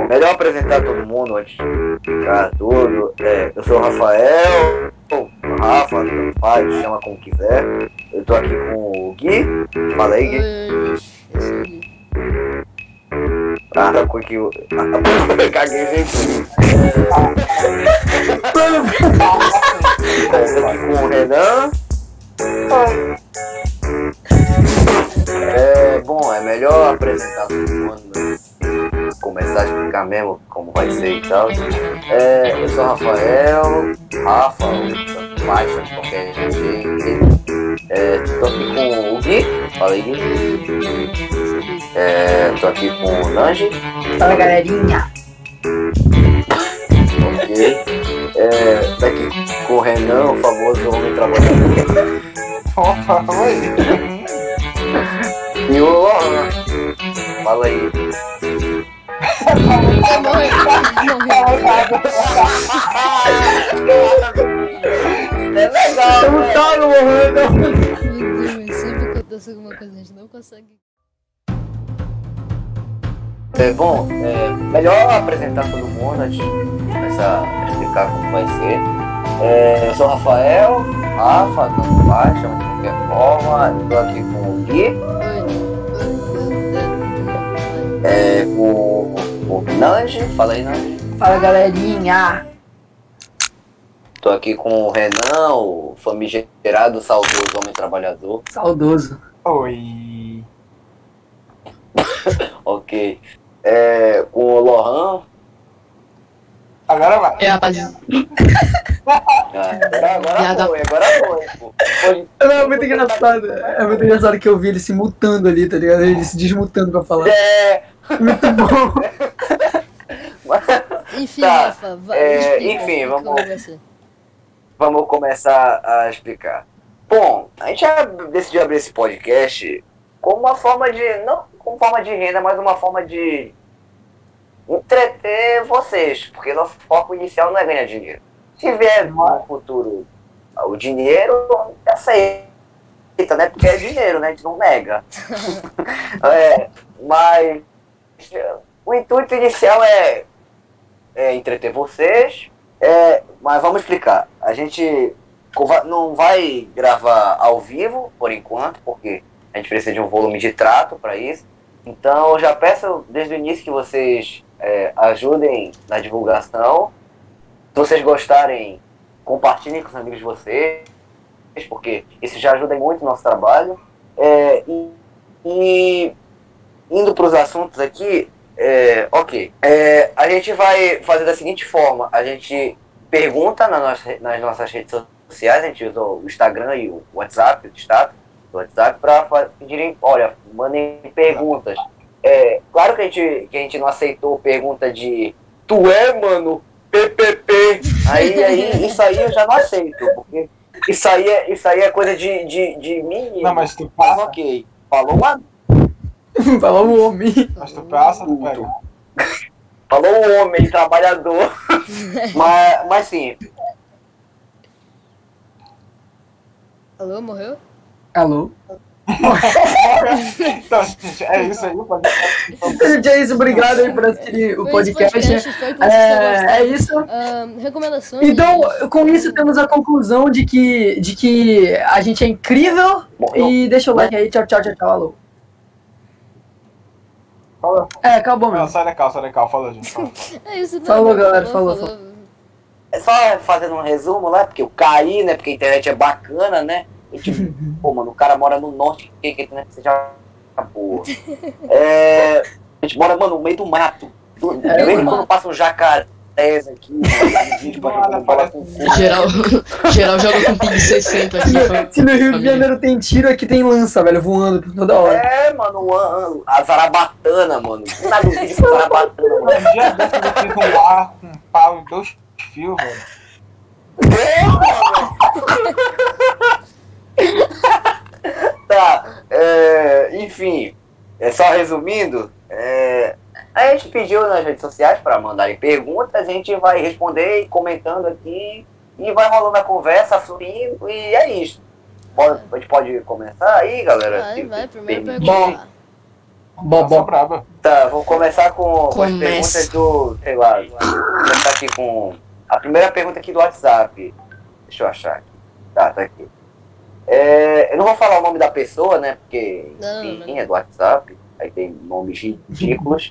melhor apresentar todo mundo antes de ficar tudo. Eu sou o Rafael, Rafa, pai, chama como quiser. Eu tô aqui com o Gui. Fala aí, Gui. Eu sou o Gui. Ah, tá com que eu caguei, gente. Tô aqui com o Renan. Bom, é melhor apresentar todo mundo, né? Começar a explicar mesmo como vai ser e tal. Eu sou o Rafael, Rafa, Baixa, qualquer jeito. Tô aqui com o Gui. Fala aí, Gui. Tô aqui com o Nanji. Fala, galerinha. Ok. Tô aqui com o Renan, o famoso homem trabalhador. Opa, oi. E o Lohan. Fala aí. É legal, Eu não tava morrendo. Meu Deus, sempre acontece alguma coisa, a gente não consegue. Melhor apresentar todo mundo antes de começar a explicar como vai ser. Eu sou o Rafael, Rafa, tanto faz, chama de qualquer forma. Estou aqui com o Gui, com o Nanji. Fala aí, Nanji. Fala, galerinha. Estou aqui com o Renan, o famigerado, saudoso homem trabalhador. Saudoso. Oi. Ok. Com o Lohan. Agora vai. Rapaziada. Agora foi. Pô. Não, é muito engraçado. É muito engraçado que eu vi ele se mutando ali, tá ligado? Ele se desmutando pra falar. Muito bom. Enfim, Tá, Rafa, vai. enfim, explica vamos- como vai ser. Vamos começar a explicar. Bom, a gente já decidiu abrir esse podcast como uma forma de, não como forma de renda, mas uma forma de entreter vocês, porque nosso foco inicial não é ganhar dinheiro. Se vier no futuro o dinheiro, aceita, né? Porque é dinheiro, né? A gente não nega. Mas o intuito inicial é entreter vocês. Mas vamos explicar. A gente não vai gravar ao vivo, por enquanto, porque a gente precisa de um volume de trato para isso. Então, eu já peço desde o início que vocês ajudem na divulgação. Se vocês gostarem, compartilhem com os amigos de vocês, porque isso já ajuda muito no nosso trabalho. E indo para os assuntos aqui, ok. A gente vai fazer da seguinte forma: a gente pergunta nas nossas redes sociais, a gente usa o Instagram e o WhatsApp, o status do WhatsApp, para pedirem, olha, mandem perguntas. Claro que a gente não aceitou pergunta de tu mano, PPP. Aí isso aí eu já não aceito, porque isso aí é coisa de menino. Não, mas tu passa. Ok, falou uma Falou o homem. Mas tu passa, tu pega. Falou o homem, trabalhador. mas sim. Alô, morreu? Alô? Então, gente, é isso aí. Gente, é isso. Obrigado aí por assistir o Foi esse podcast. foi com vocês É isso. recomendações. Então, com isso temos a conclusão de que a gente é incrível. Morreu. E deixa o like aí. Tchau, tchau, tchau, tchau. Alô. Acabou Não, mesmo. sai legal, falou, gente. Falou. É isso, Falou, galera, falou. É só fazendo um resumo lá, porque eu caí, né? Porque a internet é bacana, né? E tipo, pô, mano, o cara mora no norte, que a internet seja boa. A gente mora, mano, no meio do mato. De vez em quando passa um jacarés aqui, um vídeo pra jogar bola com o cu. Geral joga com ping 60 aqui. Se no Rio de Janeiro tem tiro, aqui tem lança, velho, voando por toda hora. Mano, a zarabatana, mano. Não dá no vídeo com zarabatana, mano. Um dia desse eu fiz um ar com um pau e 2 fios, velho. Tá, enfim, só resumindo, a gente pediu nas redes sociais para mandarem perguntas, a gente vai responder e comentando aqui, e vai rolando a conversa, fluindo, e é isso. A gente pode começar aí, galera? Vai, primeiro permitir. pergunta. Eu sou braba. Tá, vou começar com as Começa. perguntas do, sei lá, vou começar aqui com a primeira pergunta aqui do WhatsApp. Deixa eu achar aqui. Tá aqui. Eu não vou falar o nome da pessoa, né, porque, enfim, é do WhatsApp, aí tem nomes ridículos.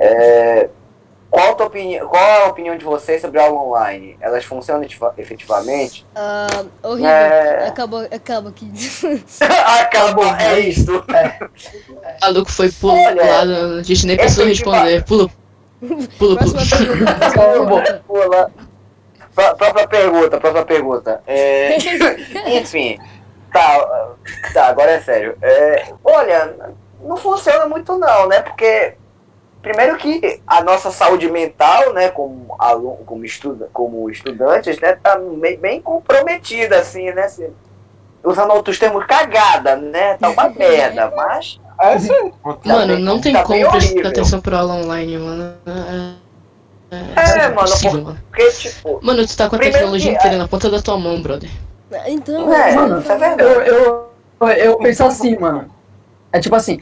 Qual a opinião de vocês sobre a aula online? Elas funcionam efetivamente? Horrível. Acaba aqui. Acabou, é isso. O maluco foi pro Olha, lado, a gente nem precisou responder. Pula. Próxima pergunta. Pula. Próxima pergunta. Enfim, tá, agora é sério. Olha, não funciona muito não, né? Porque, primeiro que a nossa saúde mental, né, como estudantes, né, tá bem comprometida, assim, né? Usando outros termos, cagada, né? Tá uma merda, mas... Sim. Mano, não tem tá como bem prestar horrível. atenção pra aula online, mano. Mano, Impossível, porque, tipo... Mano, tu tá com a Primeiro tecnologia que- inteira na ponta da tua mão, brother. Então, Mano, isso é verdade. eu penso assim, mano. É tipo assim,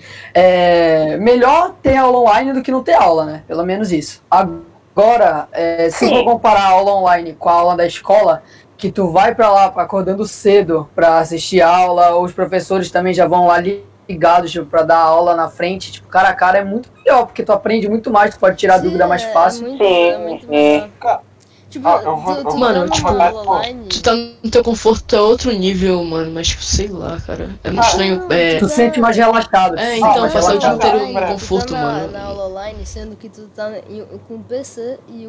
melhor ter aula online do que não ter aula, né? Pelo menos isso. Agora, se Sim. for comparar a aula online com a aula da escola, que tu vai pra lá acordando cedo pra assistir a aula, os professores também já vão lá ligados, tipo, pra dar aula na frente, tipo, cara a cara, é muito melhor, porque tu aprende muito mais, tu pode tirar dúvida mais fácil. É muito melhor. Cara, Tipo, eu vou- Mano, tá tipo, numa aula online. Tu tá no teu conforto, é outro nível, mano. Mas, tipo, sei lá, cara. É muito estranho. Tu sente mais relaxado. Então, mais passar o dia relaxado. inteiro no conforto, tu tá mano. na aula online, sendo que tu tá com o PC e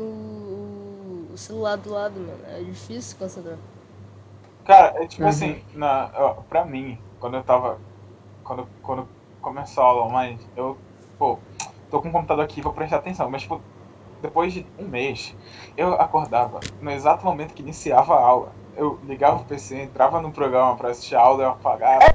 o celular do lado, mano. É difícil se concentrar. Cara, é tipo assim, pra mim, quando começou a aula online, eu, tô com o computador aqui, vou prestar atenção, mas, tipo, depois de um mês, eu acordava no exato momento que iniciava a aula. Eu ligava o PC, entrava no programa pra assistir a aula e eu apagava,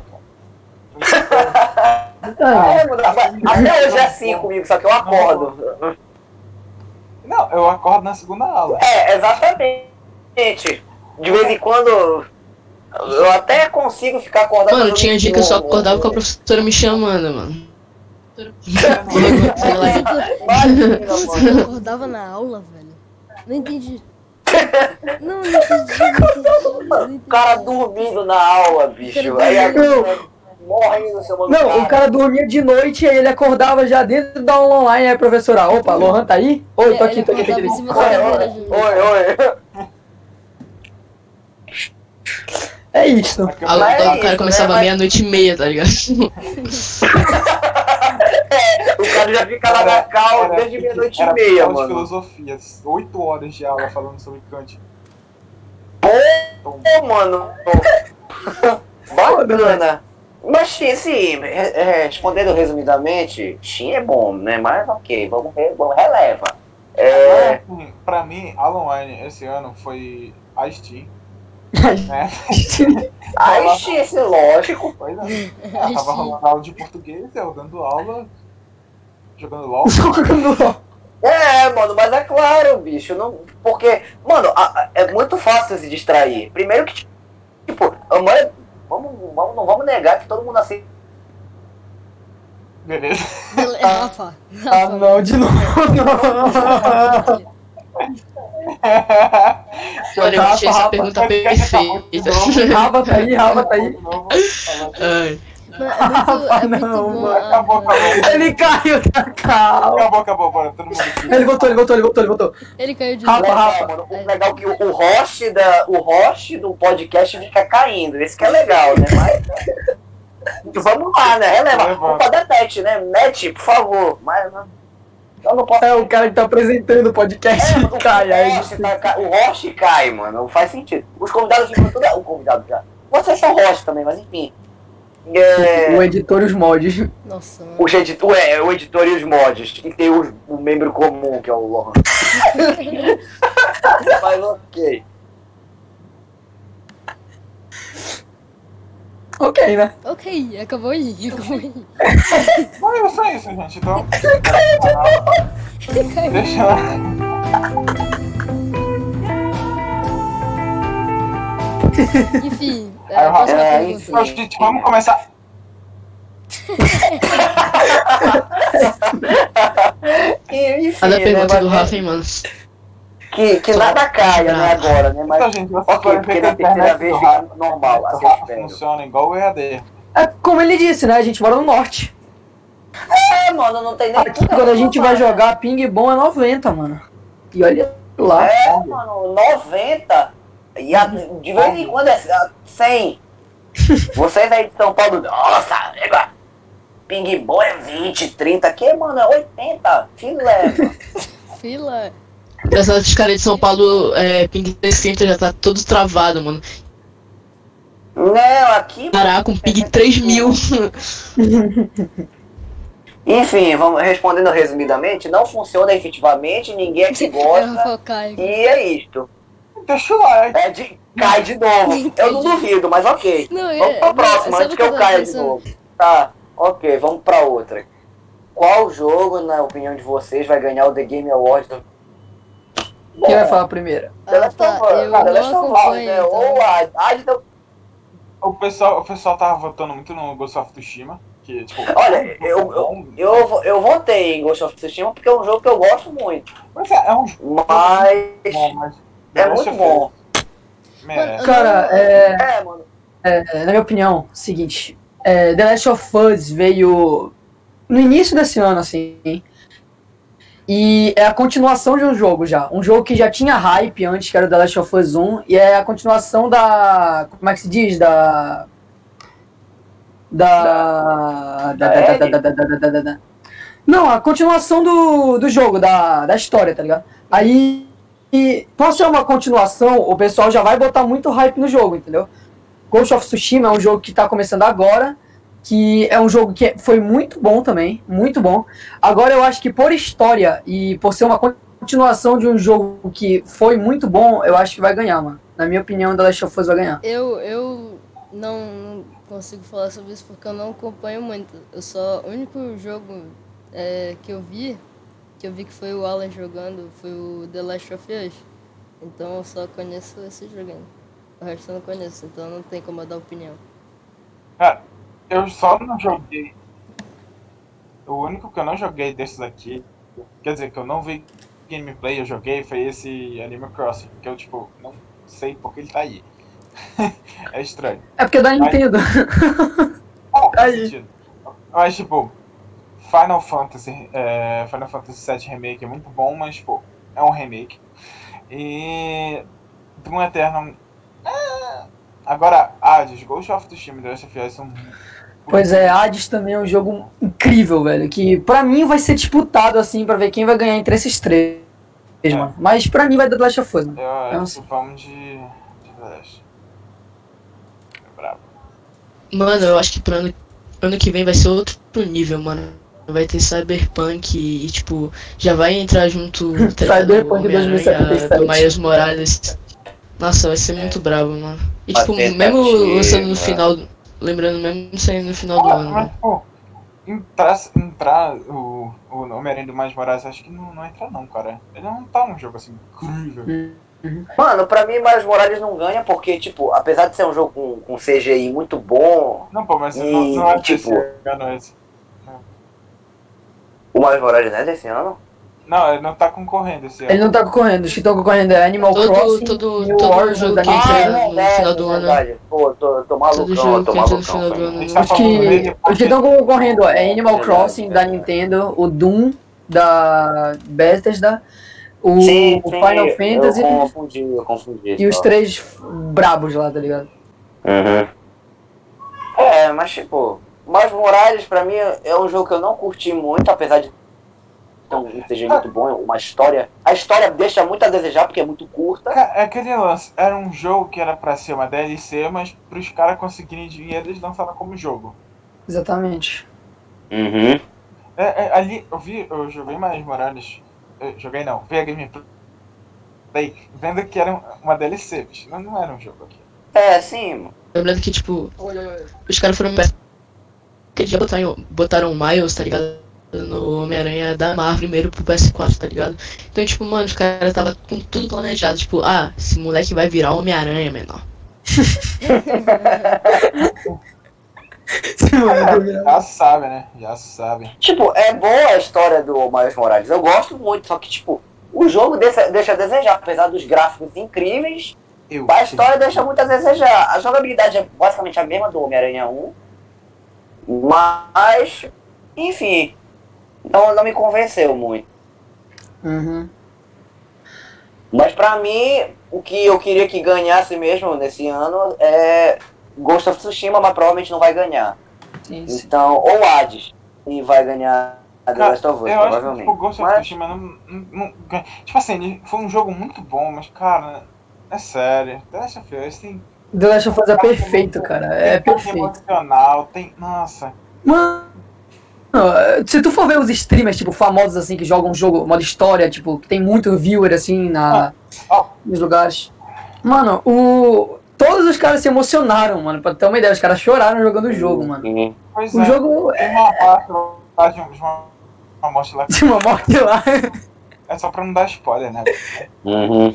cara. Mano, até hoje é assim comigo, só que eu acordo. Não, eu acordo na segunda aula. Exatamente. De vez em quando eu até consigo ficar acordado. Mano, tinha dia que eu só acordava com a professora me chamando, mano. Imagina, Você mano. acordava na aula, velho? Não entendi. Não entendi. O cara dormindo na aula, bicho. Aí a morrendo, seu mano. Não, o cara dormia de noite e aí ele acordava já dentro da aula online, aí a professora, opa, Lohan tá aí? Oi, tô aqui. Acordava em cima da cadeira, gente. Oi. É isso. O cara começava meia-noite e meia, tá ligado? O cara já fica lá na cal desde meia-noite e meia, Era de mano. filosofia, 8 horas de aula falando sobre Kant. Pô, mano. Bacana. Mas sim, respondendo resumidamente, sim é bom, né? Mas ok, vamos releva. Assim, pra mim, aula online esse ano foi a Steam. Né? Aí sim, esse lógico. Pois é. Tava rolando aula de português, eu dando aula, jogando LOL. Mano, mas é claro, bicho, não, porque, mano, é muito fácil se distrair. Primeiro que, tipo, não vamos negar que todo mundo assim. Beleza. Rafa. Ah, não, de novo. Olha, eu achei essa pergunta perfeita. Rafa tá aí. Ai. É muito bom. Acabou. Ele caiu, tá calmo. Acabou, bora, todo mundo aqui. Ele voltou. Ele caiu de Rafa, novo. Rafa. Mano, o legal é que o host do podcast fica caindo. Esse que é legal, né? Mas vamos lá, né? Releva. Culpa da net, né? Net, por favor. Mas eu não posso. O cara que tá apresentando o podcast cai. O host cai, mano. Não faz sentido. Os convidados ficam tudo. O convidado já. Vocês são host também, mas enfim. O editor e os mods. Nossa, mano. O editor e os mods. E tem o membro comum, que é o Lohan. Mas ok. Ok, né? Ok, acabou aí. Mas é só isso, gente. Então, Ele caiu. deixa lá. Enfim, Aí, próxima Rafa, pergunta. Então, gente, vamos começar. Enfim, Cada né, pergunta do mas Rafa, hein, mano. que nada caia, né, agora, né? Mas Então, gente, vocês ok, podem porque ver que a na terceira internet vez do fica Rafa, normal, do assim eu Rafa espero. funciona igual o EAD. É como ele disse, né? A gente mora no norte. Mano, não tem nem Aqui, como quando a gente vai reclamar, né? jogar ping bom é 90, mano. E olha lá. Mano, 90. E de vez em quando é 100. Vocês aí de São Paulo, nossa, nega, ping bom é 20, 30. Aqui, mano, é 80. Filé, mano. Fila. Engraçado que os caras de São Paulo, ping 60 já tá todo travado, mano. Não, aqui. Caraca, um ping 3000. Enfim, vamos respondendo resumidamente, não funciona efetivamente, ninguém aqui gosta. Rafael cai. E é isto. Deixa o like. Cai de novo. Eu não duvido, mas ok. Não, Vamos pra próxima, sabe antes o que eu tava caia de pensando? novo. Tá, ok, vamos pra outra. Qual jogo, na opinião de vocês, vai ganhar o The Game Awards do... Quem vai falar primeiro? The Last of Us, eu The não Last of Us, acompanho, né? então. Ou a... O pessoal tava votando muito no Ghost of Tsushima, que, tipo... Olha, eu votei em Ghost of Tsushima porque é um jogo que eu gosto muito. Pois é um jogo Mas bom, mas... é muito bom. Merece. Cara, Mano. na minha opinião, seguinte. The Last of Us veio no início desse ano, assim. E é a continuação de um jogo já. Um jogo que já tinha hype antes, que era o The Last of Us 1. E é a continuação da... Como é que se diz? Não, a continuação do jogo, da história, tá ligado? Aí, por ser uma continuação, o pessoal já vai botar muito hype no jogo, entendeu? Ghost of Tsushima é um jogo que tá começando agora, que é um jogo que foi muito bom também, muito bom. Agora eu acho que por história e por ser uma continuação de um jogo que foi muito bom, eu acho que vai ganhar, mano. Na minha opinião, The Last of Us vai ganhar. Eu não consigo falar sobre isso porque eu não acompanho muito. O único jogo que eu vi que foi o Alan jogando, foi o The Last of Us. Então eu só conheço esse joguinho. O resto eu não conheço, então não tem como eu dar opinião. Cara, eu só não joguei... O único que eu não joguei desses aqui, quer dizer, que eu não vi gameplay, eu joguei, foi esse Animal Crossing, que eu, tipo, não sei porque ele tá aí. É estranho. É porque é da Nintendo. Faz sentido. Mas, tipo, Final Fantasy VII Remake é muito bom, mas, tipo, é um remake. E Doom Eternal... Agora, Hades, Ghost of Tsushima e The Last of Us são... Pois é, Hades também é um jogo incrível, velho. Que pra mim vai ser disputado, assim, pra ver quem vai ganhar entre esses três, mano. Mas pra mim vai dar The Last of Us, mano. Eu acho que vamos de The Last. É brabo. Mano, eu acho que pro ano que vem vai ser outro ligado, mano. Vai ter Cyberpunk e, tipo, já vai entrar junto Cyberpunk 2077. do Miles Morales. Nossa, vai ser muito brabo, mano. E, tipo, Bater mesmo partida. lançando no final... Lembrando, mesmo saindo no final do ano, Mas, né? pô, entrar o Homem-Aranha do Miles Morales, acho que não entra não, cara. Ele não tá um jogo assim incrível. Mano, pra mim, Miles Morales não ganha porque, tipo, apesar de ser um jogo com CGI muito bom, Não, pô, mas E, não é tipo, desse ano esse. o Miles Morales não é desse ano? Não, ele não tá concorrendo esse ano. Ele não tá concorrendo, os que estão concorrendo é Animal Crossing e o todo Warzone jogo da que Nintendo. entra no final do ano. verdade. Pô, tô malucão, jogo tô que entra no malucão. final do foi ano. mal. A gente tá Os falando dele que porque... estão concorrendo é Animal Verdade, Crossing da verdade. Nintendo, o Doom da Bethesda, o Sim, Final Fantasy eu confundi. e os só. três brabos lá, tá ligado? Uhum. Mas tipo, Miles Morales pra mim é um jogo que eu não curti muito, apesar de ter um CG muito bom, uma história. A história deixa muito a desejar porque é muito curta. É aquele lance, era um jogo que era pra ser uma DLC, mas pros caras conseguirem dinheiro eles lançaram como jogo. Exatamente. Uhum. Ali, eu joguei Miles Morales, joguei não, vi a gameplay, vendo que era uma DLC, bicho, não era um jogo aqui. Sim, mano. Lembrando que, tipo, os caras foram que já botaram o Miles, tá ligado? No Homem-Aranha da Marvel primeiro pro PS4, tá ligado? Então, tipo, mano, os caras tava com tudo planejado. Tipo, esse moleque vai virar Homem-Aranha, menor. Já se sabe, né? Já se sabe. Tipo, é boa a história do Miles Morales. Eu gosto muito, só que, tipo, o jogo deixa a desejar. Apesar dos gráficos incríveis, a história deixa muito a desejar. A jogabilidade é basicamente a mesma do Homem-Aranha 1. Mas, enfim, não me convenceu muito. Uhum. Mas pra mim, o que eu queria que ganhasse mesmo nesse ano é Ghost of Tsushima, mas provavelmente não vai ganhar. Sim. Então, ou Hades, e vai ganhar a The Last of Us, eu acho que provavelmente. o Ghost of Tsushima não ganha. Tipo assim, ele foi um jogo muito bom, mas cara, é sério. The Last of Us tem. The Last of Us é perfeito, cara. É Tem perfeito. emocional, tem. Nossa. Mano, se tu for ver os streamers, tipo, famosos, assim, que jogam um jogo, modo história, tipo, que tem muito viewer, assim, nos lugares. Mano, todos os caras se emocionaram, mano, pra ter uma ideia. Os caras choraram jogando o jogo, mano. Pois O jogo tem uma parte lá de uma morte lá. de uma morte lá. É só pra não dar spoiler, né? Uhum.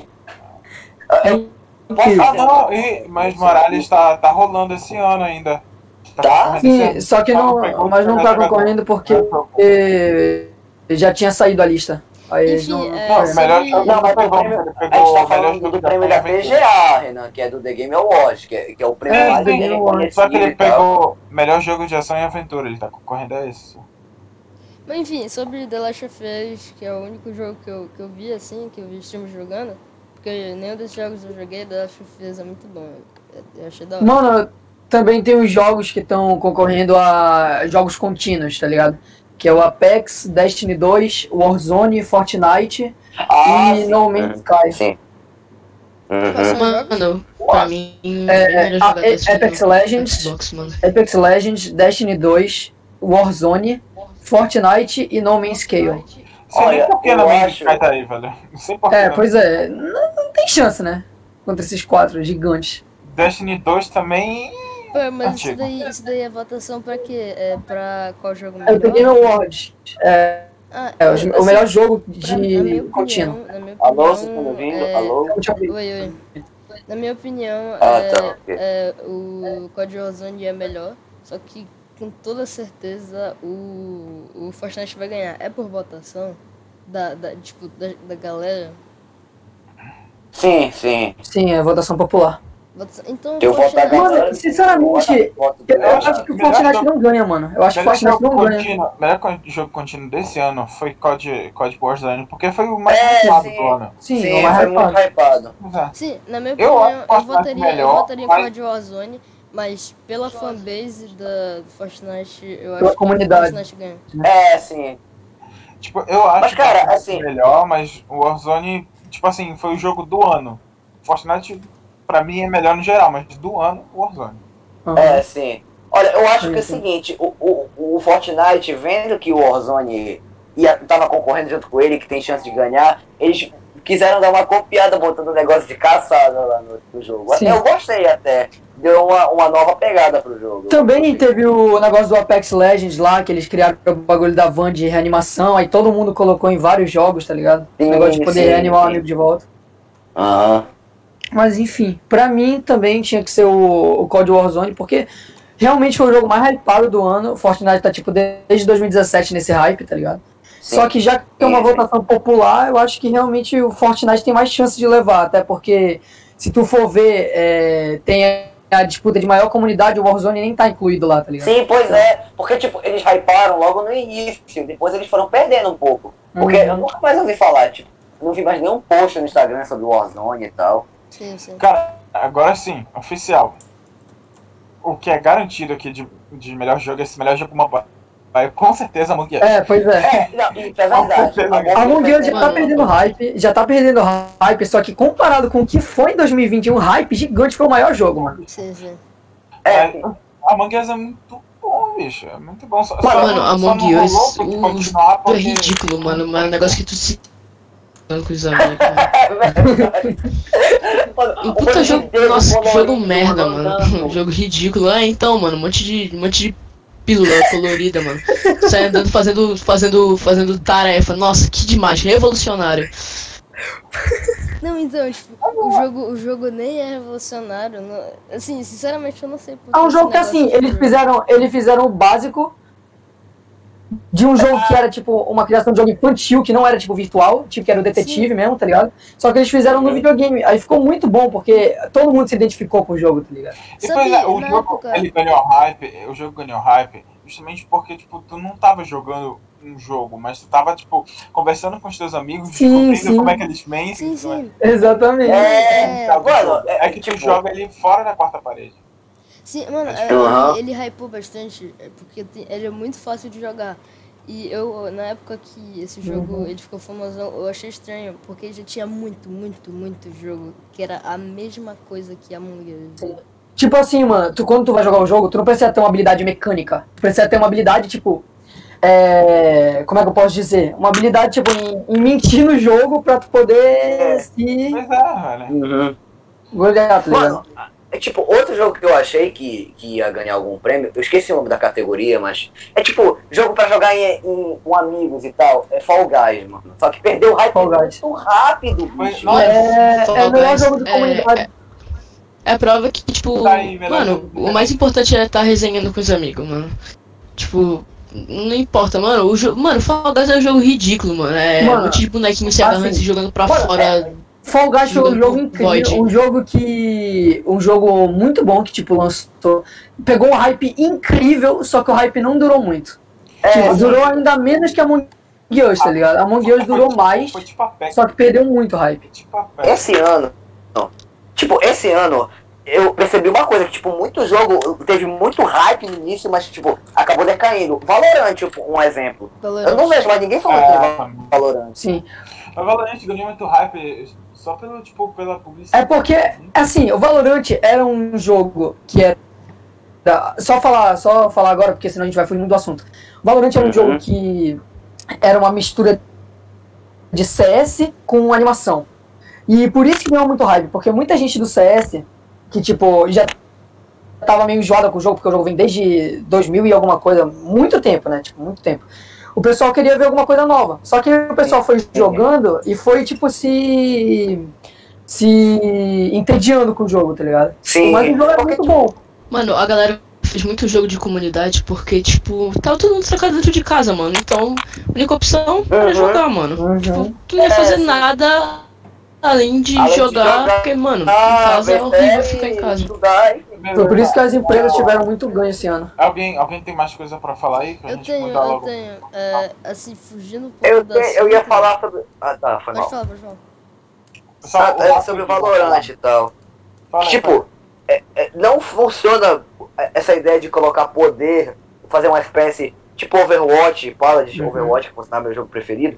Não, e Miles Morales tá rolando esse ano ainda. Tá? Sim, só que mas não tá concorrendo porque já tinha saído a lista. Aí eles Enfim, melhor jogo Não, mas ele a gente tá falando do prêmio da PGA, Renan, que é do The Game Awards, que é o prêmio mais The Game Awards. Só que ele pegou melhor jogo de ação e aventura, ele tá concorrendo a isso. Mas enfim, sobre The Last of Us, que é o único jogo que eu vi assim, que eu vi stream jogando, porque nenhum desses jogos eu joguei, The Last of Us é muito bom. Eu achei da hora. Mano, também tem os jogos que estão concorrendo a jogos contínuos, tá ligado? Que é o Apex, Destiny 2, Warzone, Fortnite e No Man's Sky. Sim. Mano, pra mim, melhor jogar desse Apex Legends, Xbox, mano. Apex Legends, Destiny 2, Warzone, Fortnite e No Man's Sky. Não sei nem por que No Man's Sky tá aí, velho. Não sei por que. Pois é, não tem chance, né? Contra esses 4 gigantes. Destiny 2 também. Pô, mas isso daí é votação pra quê? É pra qual jogo É o The Game melhor? Awards. O melhor jogo de contínuo. Na minha opinião, Alô, vocês estão ouvindo? Alô? Oi. Na minha opinião, Ok. o Code Warzone é melhor, só que com toda certeza o Fortnite vai ganhar. É por votação da galera? Sim. Sim, é votação popular. Então, Eu voto da galera. Mano, sinceramente, eu acho que o Fortnite não ganha, mano. Eu acho que o Fortnite não ganha. Melhor jogo contínuo desse ano foi Code Warzone, porque foi o mais hypado do ano. Sim, Sim, foi muito hypado. Sim, na minha opinião, eu votaria em mas... Code Warzone, mas pela fanbase do Fortnite, eu Pela acho comunidade. que o Fortnite ganha. Sim. Tipo, eu acho mas, cara, que assim, melhor, mas o Warzone, tipo assim, foi o jogo do ano. Fortnite, pra mim, é melhor no geral, mas do ano, o Warzone. Sim. Olha, eu acho que é o seguinte, o Fortnite, vendo que o Warzone tava concorrendo junto com ele, que tem chance de ganhar, eles quiseram dar uma copiada botando um negócio de caçada lá no jogo. Sim. Eu gostei até. Deu uma nova pegada pro jogo. Também teve o negócio do Apex Legends lá, que eles criaram o bagulho da van de reanimação, aí todo mundo colocou em vários jogos, tá ligado? O negócio de poder reanimar o amigo de volta. Mas enfim, pra mim também tinha que ser o Code Warzone, porque realmente foi o jogo mais hypado do ano. O Fortnite tá tipo desde 2017 nesse hype, tá ligado? Sim. Só que já que é uma votação popular, eu acho que realmente o Fortnite tem mais chance de levar, até porque se tu for ver, tem a disputa de maior comunidade, o Warzone nem tá incluído lá, tá ligado? Sim, pois é, porque tipo, eles hyparam logo no início, depois eles foram perdendo um pouco. Porque eu nunca mais ouvi falar, tipo, não vi mais nenhum post no Instagram sobre o Warzone e tal. Sim. Cara, agora sim, oficial. O que é garantido aqui de melhor jogo é esse melhor jogo mobile. Com certeza Among Us. Pois é. Não, isso é verdade. Among Us já tá perdendo hype, só que comparado com o que foi em 2021, hype gigante foi o maior jogo, mano. Sim. Among Us é muito bom, bicho. É muito bom. Mano, Among Us é ridículo, mano. Mas é um negócio que tu se... com os amigos, um puta jogo, nossa, que jogo merda, mano. Um jogo ridículo. Então, mano, um monte de pílula colorida, mano. Sai andando fazendo tarefa. Nossa, que demais, revolucionário. Não, então, tipo, o jogo nem é revolucionário. Assim, sinceramente, eu não sei por É um esse jogo que, negócio assim, de jogo. eles fizeram o básico de um jogo que era, tipo, uma criação de jogo infantil, que não era, tipo, virtual, tipo, que era o detetive mesmo, tá ligado? Só que eles fizeram no videogame. Aí ficou muito bom, porque todo mundo se identificou com o jogo, tá ligado? E Sabe, pois é, o na jogo, época... ele ganhou hype, o jogo ganhou hype justamente porque, tipo, tu não tava jogando um jogo, mas tu tava, tipo, conversando com os teus amigos, Sim, descobrindo sim. como é que eles pensam. Sim. Exatamente. Mano, É que tu tipo, joga ele fora da quarta parede. Sim, mano, Uhum. ele hypou bastante, porque ele é muito fácil de jogar. E eu, na época que esse jogo ele ficou famosão, eu achei estranho, porque já tinha muito jogo que era a mesma coisa que Among Us. Tipo assim, mano, quando tu vai jogar o jogo, tu não precisa ter uma habilidade mecânica. Tu precisa ter uma habilidade, tipo... como é que eu posso dizer? Uma habilidade, tipo, em mentir no jogo pra tu poder se Pois é, velho. Uhum. golear, tá ligado? Mano, é tipo, outro jogo que eu achei que ia ganhar algum prêmio, eu esqueci o nome da categoria, mas é tipo, jogo pra jogar com amigos e tal, é Fall Guys, mano. Só que perdeu o hype Fall Guys. muito rápido, bicho. Nossa, É Fall o melhor Guys jogo de comunidade. É a prova que, tipo, Tá aí, melhor mano, jogo. o mais importante é estar resenhando com os amigos, mano. Tipo, não importa, mano. Mano, Fall Guys é um jogo ridículo, mano. É Mano, um monte de bonequinho se agarrando assim, e jogando pra mano, fora. Fall Guys foi um Jogando jogo por incrível, Void. um jogo muito bom que, tipo, lançou, pegou um hype incrível, só que o hype não durou muito. Tipo, durou ainda menos que Among Us, tá ligado? Among Us durou mais, Foi tipo a PEC. só que perdeu muito hype. Tipo a PEC. Esse ano, eu percebi uma coisa, que, tipo, muito jogo teve muito hype no início, mas, tipo, acabou decaindo. Valorant, tipo, um exemplo. Eu não vejo mais ninguém falando de Valorant. Sim. Mas Valorant ganhou muito hype só pela publicidade. É porque, assim, o Valorant era um jogo que era... Só falar agora, porque senão a gente vai fugir muito do assunto. O Valorant era um jogo que era uma mistura de CS com animação. E por isso que ganhou muito hype, porque muita gente do CS, que tipo, já tava meio enjoada com o jogo, porque o jogo vem desde 2000 e alguma coisa, muito tempo, né? Tipo, muito tempo. O pessoal queria ver alguma coisa nova. Só que o pessoal foi jogando e foi, tipo, se entediando com o jogo, tá ligado? Sim. Mas o jogo é muito bom. Mano, a galera fez muito jogo de comunidade porque, tipo, tava todo mundo trancado dentro de casa, mano. Então, a única opção era jogar, mano. Tipo, tu não ia fazer nada além de jogar, porque, mano, em casa é horrível ficar em casa. Foi por isso que as empresas tiveram muito ganho esse ano. Alguém tem mais coisa pra falar aí? Pra gente mudar logo. tenho. Assim, fugindo um pouco da Eu ia falar sobre... Ah, tá, foi mal. Pode falar. Sobre o Valorant e tal. Fala aí, Tipo, não funciona essa ideia de colocar poder, fazer uma espécie tipo Overwatch, Paladin, Overwatch, que por sinal é meu jogo preferido,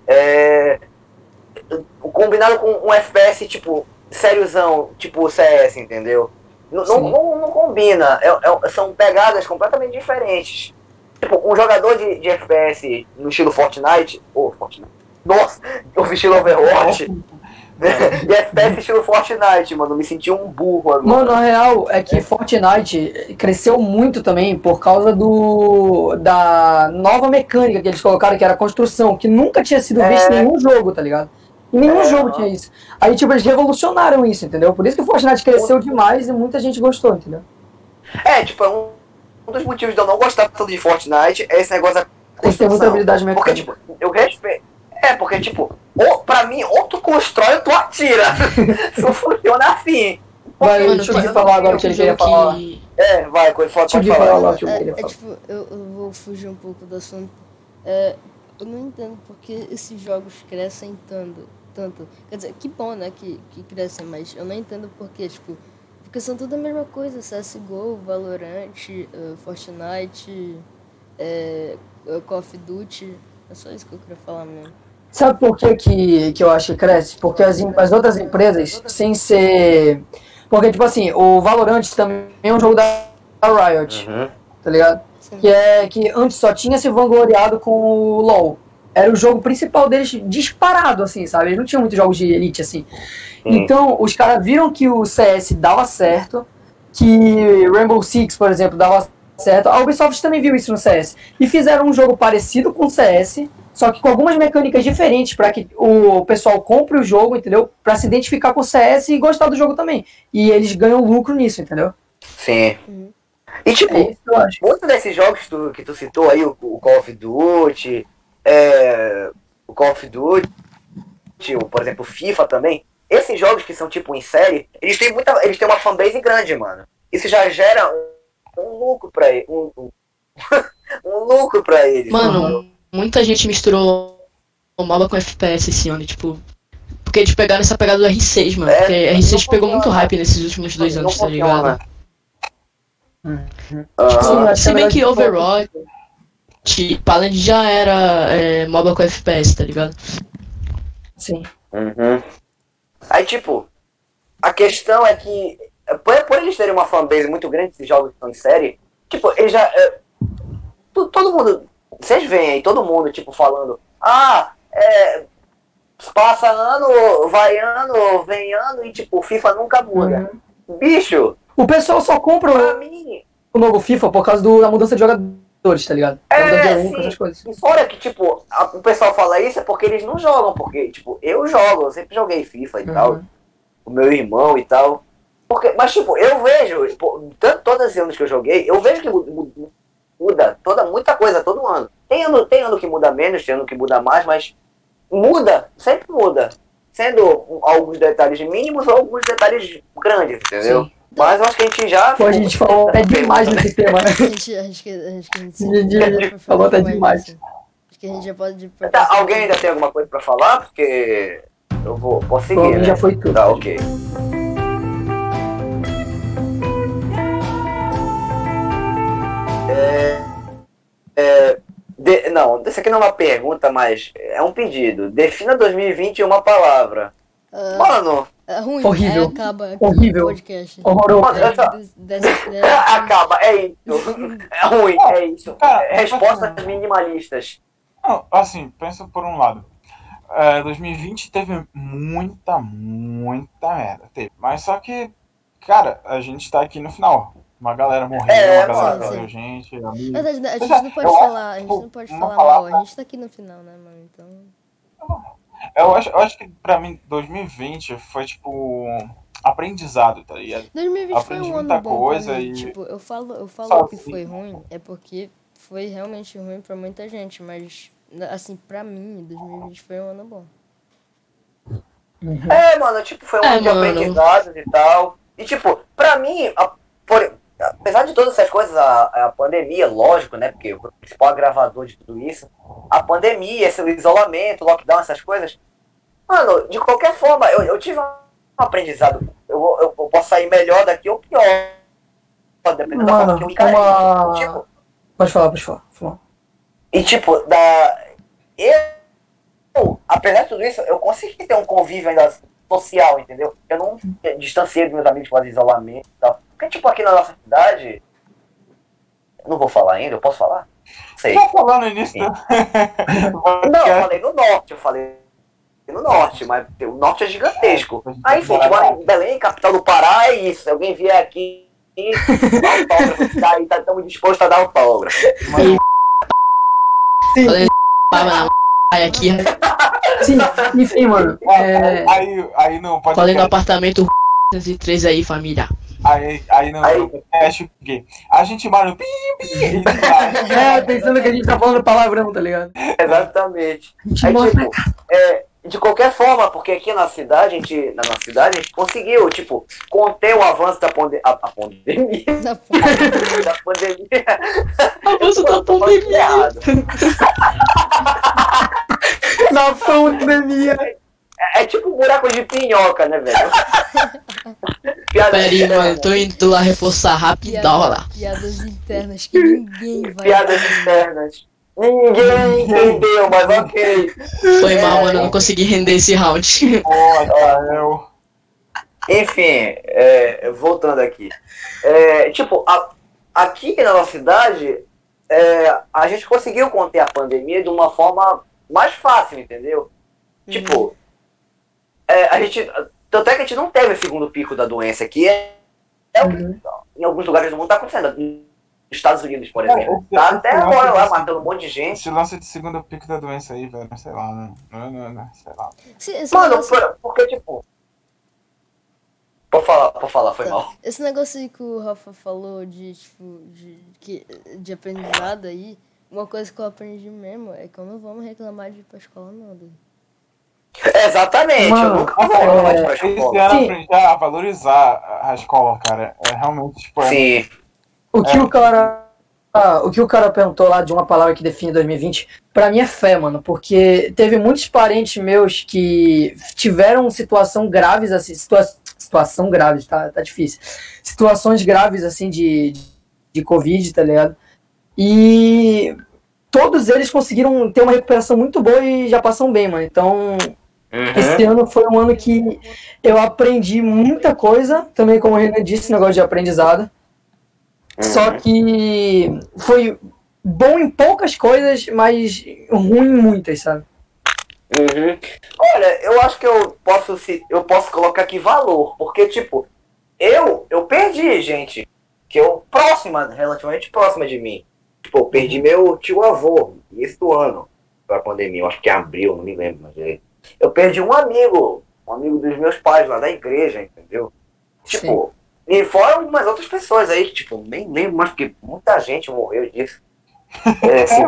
combinado com um FPS tipo sériozão, tipo CS, entendeu? Não combina, são pegadas completamente diferentes. Tipo, um jogador de FPS no estilo Fortnite, nossa, o estilo Overwatch. E FPS estilo Fortnite, mano. Me senti um burro agora. Mano, a real é que Fortnite cresceu muito também por causa da nova mecânica que eles colocaram, que era a construção, que nunca tinha sido visto em nenhum jogo, tá ligado? Em nenhum jogo tinha isso. Aí, tipo, eles revolucionaram isso, entendeu? Por isso que o Fortnite cresceu demais e muita gente gostou, entendeu? Tipo, um dos motivos de eu não gostar tanto de Fortnite é esse negócio da Tem que ter muita habilidade mecânica. Porque, tipo, eu respeito. Porque, tipo, pra mim, ou tu constrói ou tu atira. Só funciona assim. Vai, deixa eu falar agora o que ele queria falar. Vai, pode falar. Tipo, eu vou fugir um pouco do assunto. Eu não entendo porque esses jogos crescem tanto. Quer dizer, que bom, né, que crescem, mas eu não entendo porquê, tipo... Porque são tudo a mesma coisa, CSGO, Valorant, Fortnite, Call of Duty... É só isso que eu queria falar mesmo. Sabe por que eu acho que cresce? Porque as outras empresas, sem ser... Porque, tipo assim, o Valorant também é um jogo da Riot, tá ligado? Sim. Que antes só tinha se vangloriado com o LoL. Era o jogo principal deles disparado, assim, sabe? Eles não tinham muitos jogos de elite, assim. Então, os caras viram que o CS dava certo, que Rainbow Six, por exemplo, dava certo. A Ubisoft também viu isso no CS. E fizeram um jogo parecido com o CS, só que com algumas mecânicas diferentes para que o pessoal compre o jogo, entendeu? Para se identificar com o CS e gostar do jogo também. E eles ganham lucro nisso, entendeu? Sim. E tipo, É isso que eu acho. muitos desses jogos que tu citou aí, o Call of Duty, o Call of Duty, por exemplo, o FIFA também, esses jogos que são tipo em série, eles têm uma fanbase grande, mano. Isso já gera um lucro pra eles. Um lucro pra eles. Mano, muita gente misturou o MOBA com FPS esse ano, tipo. Porque eles pegaram essa pegada do R6, mano. Porque R6 pegou muito hype nesses últimos 2 anos, tá ligado? Se bem que Overwatch e Paladin já era MOBA com FPS, tá ligado? Sim. Aí, tipo, a questão é que, por eles terem uma fanbase muito grande, esses jogos que são de série, tipo, eles já. Todo mundo. Vocês veem aí, todo mundo, tipo, falando. Passa ano, vai ano, vem ano, e, tipo, o FIFA nunca muda. Bicho, O pessoal só compra pra mim. o novo FIFA por causa da mudança de jogadores, tá ligado? Sim. Essas coisas. E fora que, tipo, o pessoal fala isso é porque eles não jogam, porque, tipo, eu jogo, eu sempre joguei FIFA e tal, o meu irmão e tal. Mas, tipo, eu vejo, todos os anos que eu joguei, eu vejo que muda muita coisa todo ano. Tem ano que muda menos, tem ano que muda mais, mas muda, sempre muda. Sendo alguns detalhes mínimos ou alguns detalhes grandes, entendeu? Sim. Mas eu acho que a gente já... Pô, a gente falou até demais nesse tema, né? Acho que a gente falou até demais. Assim. Acho que a gente já pode... Tá, alguém ainda tem alguma coisa pra falar? Porque eu posso seguir, né? Já foi tudo. Tá, ok. Não, isso aqui não é uma pergunta, mas é um pedido. Defina 2020 em uma palavra. Mano... É ruim, horrível. Acaba aqui Horrível. o podcast. Horroroso. Acaba, é isso. É ruim, é isso. Respostas minimalistas. Não, assim, pensa por um lado. 2020 teve muita merda. Teve. Mas só que, cara, a gente tá aqui no final. Uma galera morreu, uma galera perdeu gente, amigos. A gente não pode falar, a gente não pode falar mal, a gente tá aqui no final, né, mano? Então... Eu acho que pra mim 2020 foi tipo aprendizado, tá ligado? 2020 Aprendi foi um ano muita bom coisa pra mim. e Tipo, eu falo que foi ruim, é porque foi realmente ruim pra muita gente, mas assim, pra mim, 2020 foi um ano bom. Mano, tipo, foi um ano de aprendizado e tal. E tipo, pra mim, apesar de todas essas coisas, a pandemia, lógico, né? Porque o principal agravador de tudo isso, a pandemia, esse isolamento, lockdown, essas coisas. Mano, de qualquer forma, eu tive um aprendizado. Eu posso sair melhor daqui ou pior. Dependendo da forma que eu encarei. Tipo, Pode falar. E tipo, apesar de tudo isso, eu consegui ter um convívio ainda social, entendeu? Eu não distanciei dos meus amigos por causa de isolamento e tal. Porque, tipo, aqui na nossa cidade... Eu não vou falar ainda, eu posso falar? Não sei. Tá falando no início, né? Não, eu falei no norte, mas o norte é gigantesco. Aí, enfim, tipo, em Belém, capital do Pará, é isso. Se alguém vier aqui, dá autógrafo, daí tá tão disposto a dar autógrafo. Sim. Aqui. Sim, enfim, mano. Aí não pode. Falei no apartamento 3 aí, família. Aí não, acho que a gente mora no pensando que a gente tá falando palavrão, tá ligado? Exatamente. Aí, tipo, de qualquer forma, porque aqui na nossa cidade, a gente conseguiu, tipo, conter o avanço da pandemia. Da pandemia. Da pandemia. Avanço da pandemia. Na pandemia. É tipo um buraco de pinhoca, né, velho? Pera aí, mano, tô indo lá reforçar rapidão lá. Piadas internas que ninguém vai... Piadas internas. Ninguém entendeu, mas ok. Foi mal, mano, eu não consegui render esse round. Enfim, voltando aqui. Tipo, aqui na nossa cidade, a gente conseguiu conter a pandemia de uma forma mais fácil, entendeu? Tipo, tanto é que a gente não teve o segundo pico da doença aqui. Em alguns lugares do mundo tá acontecendo. Estados Unidos, por exemplo. Tá até agora lá, matando um monte de gente. Esse lance de segundo pico da doença aí, velho, sei lá, né? Não, sei lá. Esse Mano, negócio- porque, tipo... Pode falar, foi Tá. mal. Esse negócio aí que o Rafa falou de aprendizado aí, uma coisa que eu aprendi mesmo é que eu não vou me reclamar de ir pra escola, não, doido. Exatamente, Mano, eu nunca vou reclamar de ir pra Esse escola. ano Sim. aprendi a valorizar a escola, cara. É realmente, tipo, Sim. O que o cara perguntou lá de uma palavra que define 2020, pra mim é fé, mano, porque teve muitos parentes meus que tiveram situação graves, assim, situação grave, tá difícil. Situações graves, assim, de Covid, tá ligado? E todos eles conseguiram ter uma recuperação muito boa e já passam bem, mano. Então, esse ano foi um ano que eu aprendi muita coisa, também como o Renan disse, negócio de aprendizado. Só que foi bom em poucas coisas, mas ruim em muitas, sabe? Olha, eu acho que eu posso colocar aqui valor, porque, tipo, eu perdi gente que relativamente próxima de mim. Tipo, eu perdi meu tio-avô, esse do ano, pra pandemia, eu acho que é abril, não me lembro, mas eu perdi um amigo dos meus pais lá da igreja, entendeu? Tipo, e fora umas outras pessoas aí, que, tipo, nem lembro mais, porque muita gente morreu disso. Assim,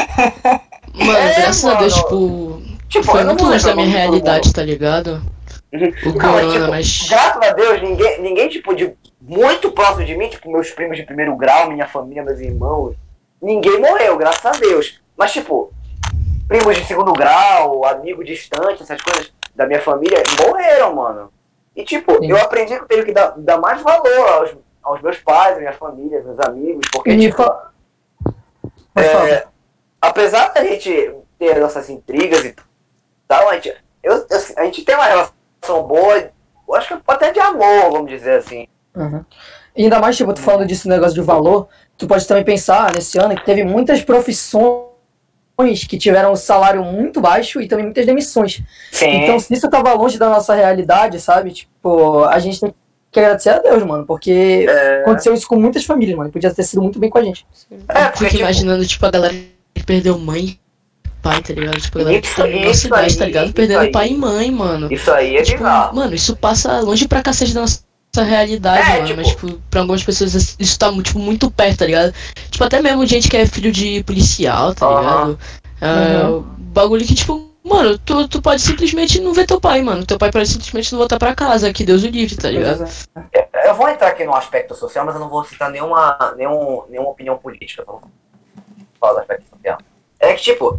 Mano, graças a Deus, mano. tipo, foi Eu não muito vou longe da lembrar o minha nome de todo realidade, mundo. tá ligado? O Não, corona, tipo, mas. graças a Deus, ninguém, tipo, de muito próximo de mim, tipo, meus primos de primeiro grau, minha família, meus irmãos, ninguém morreu, graças a Deus. Mas, tipo, primos de segundo grau, amigo distante, essas coisas da minha família, morreram, mano. E, tipo, Sim. eu aprendi que eu tenho que dar mais valor aos meus pais, à minha família, aos meus amigos, porque, E tipo, Pode falar. apesar da gente ter nossas intrigas e tal, a gente tem uma relação boa, eu acho que até de amor, vamos dizer assim. Uhum. E ainda mais, tipo, tu falando disso, negócio de valor, tu pode também pensar nesse ano que teve muitas profissões que tiveram um salário muito baixo e também muitas demissões. Sim. Então, se isso tava longe da nossa realidade, sabe? Tipo, a gente tem que agradecer a Deus, mano, porque aconteceu isso com muitas famílias, mano. Podia ter sido muito bem com a gente. Porque, Fico tipo, imaginando, tipo, a galera que perdeu mãe e pai, tá ligado? Tipo, a galera que Isso- tem nossa isso idade, aí, tá ligado? isso Perdendo aí. pai e mãe, mano. isso aí é Tipo, bizarro. mano, isso passa longe pra cacete da nossa realidade, mano. tipo- Mas, tipo, pra algumas pessoas isso tá, tipo, muito perto, tá ligado? Tipo, até mesmo gente que é filho de policial, tá ligado? Bagulho que, tipo, mano, tu pode simplesmente não ver teu pai, mano. Teu pai pode simplesmente não voltar pra casa, que Deus o livre, tá ligado? Eu vou entrar aqui no aspecto social, mas eu não vou citar nenhuma opinião política. Eu vou falar do aspecto social. É que, tipo,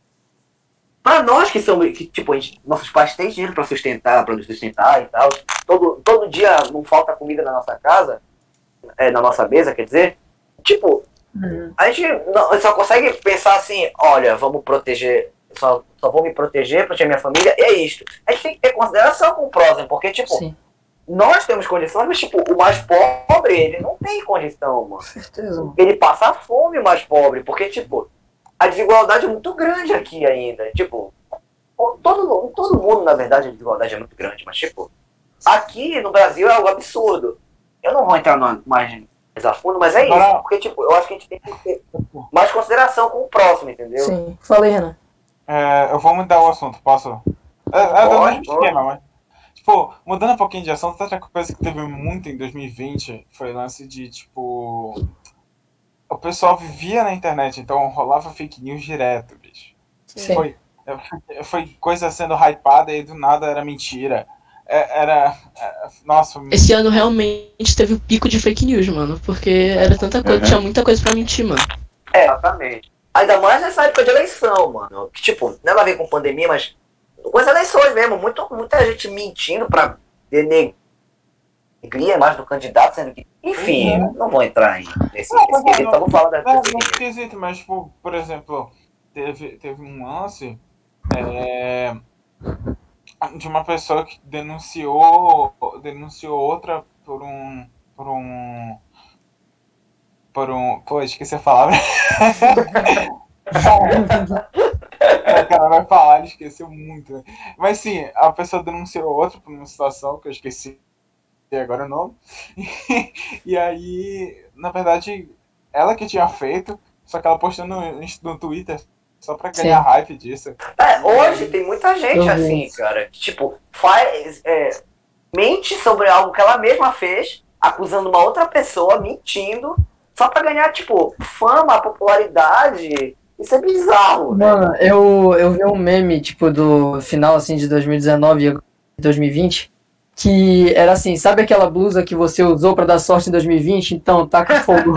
pra nós que somos, que, tipo, nossos pais têm dinheiro pra nos sustentar e tal, todo dia não falta comida na nossa casa, na nossa mesa, quer dizer, tipo, a gente só consegue pensar assim, olha, vamos proteger, só vou me proteger minha família, e é isto. A gente tem que ter consideração com o próximo, porque, tipo, Sim, nós temos condições, mas, tipo, o mais pobre, ele não tem condição, mano. com certeza, mano. Ele passa fome, o mais pobre, porque, tipo, a desigualdade é muito grande aqui ainda. Tipo, todo mundo, na verdade, a desigualdade é muito grande, mas, tipo, aqui no Brasil é algo absurdo. Eu não vou entrar mais a fundo, mas é isso. Porque, tipo, eu acho que a gente tem que ter mais consideração com o próximo, entendeu? Sim, falei, Renan. Eu vou mudar o assunto, posso? É do mesmo Pode. esquema, mas. Tipo, mudando um pouquinho de assunto, outra coisa que teve muito em 2020 foi o lance de, tipo. O pessoal vivia na internet, então rolava fake news direto, bicho. Sim. Foi coisa sendo hypada e do nada era mentira. Nossa. Esse ano realmente teve um pico de fake news, mano. Porque era tanta coisa, tinha muita coisa pra mentir, mano. Exatamente. Ainda mais nessa época de eleição, mano. Que, tipo, nada a ver com pandemia, mas com as eleições mesmo. Muita gente mentindo pra denegrir a imagem do candidato, sendo que. Enfim, não vou entrar nesse quesito. Vamos falar da Não esquisito, mas, tipo, por exemplo, teve um lance de uma pessoa que denunciou outra por um. Pô, esqueci a palavra. O cara vai falar, ele esqueceu muito. Né? Mas sim, a pessoa denunciou outra por uma situação que eu esqueci agora o nome. E aí, na verdade, ela que tinha feito, só que ela postou no Twitter só pra ganhar hype disso. Hoje tem muita gente assim, cara, que tipo, mente sobre algo que ela mesma fez, acusando uma outra pessoa, mentindo, só pra ganhar, tipo, fama, popularidade. Isso é bizarro, Mano, eu vi um meme, tipo, do final, assim, de 2019 e 2020, que era assim, sabe aquela blusa que você usou pra dar sorte em 2020? Então, taca fogo.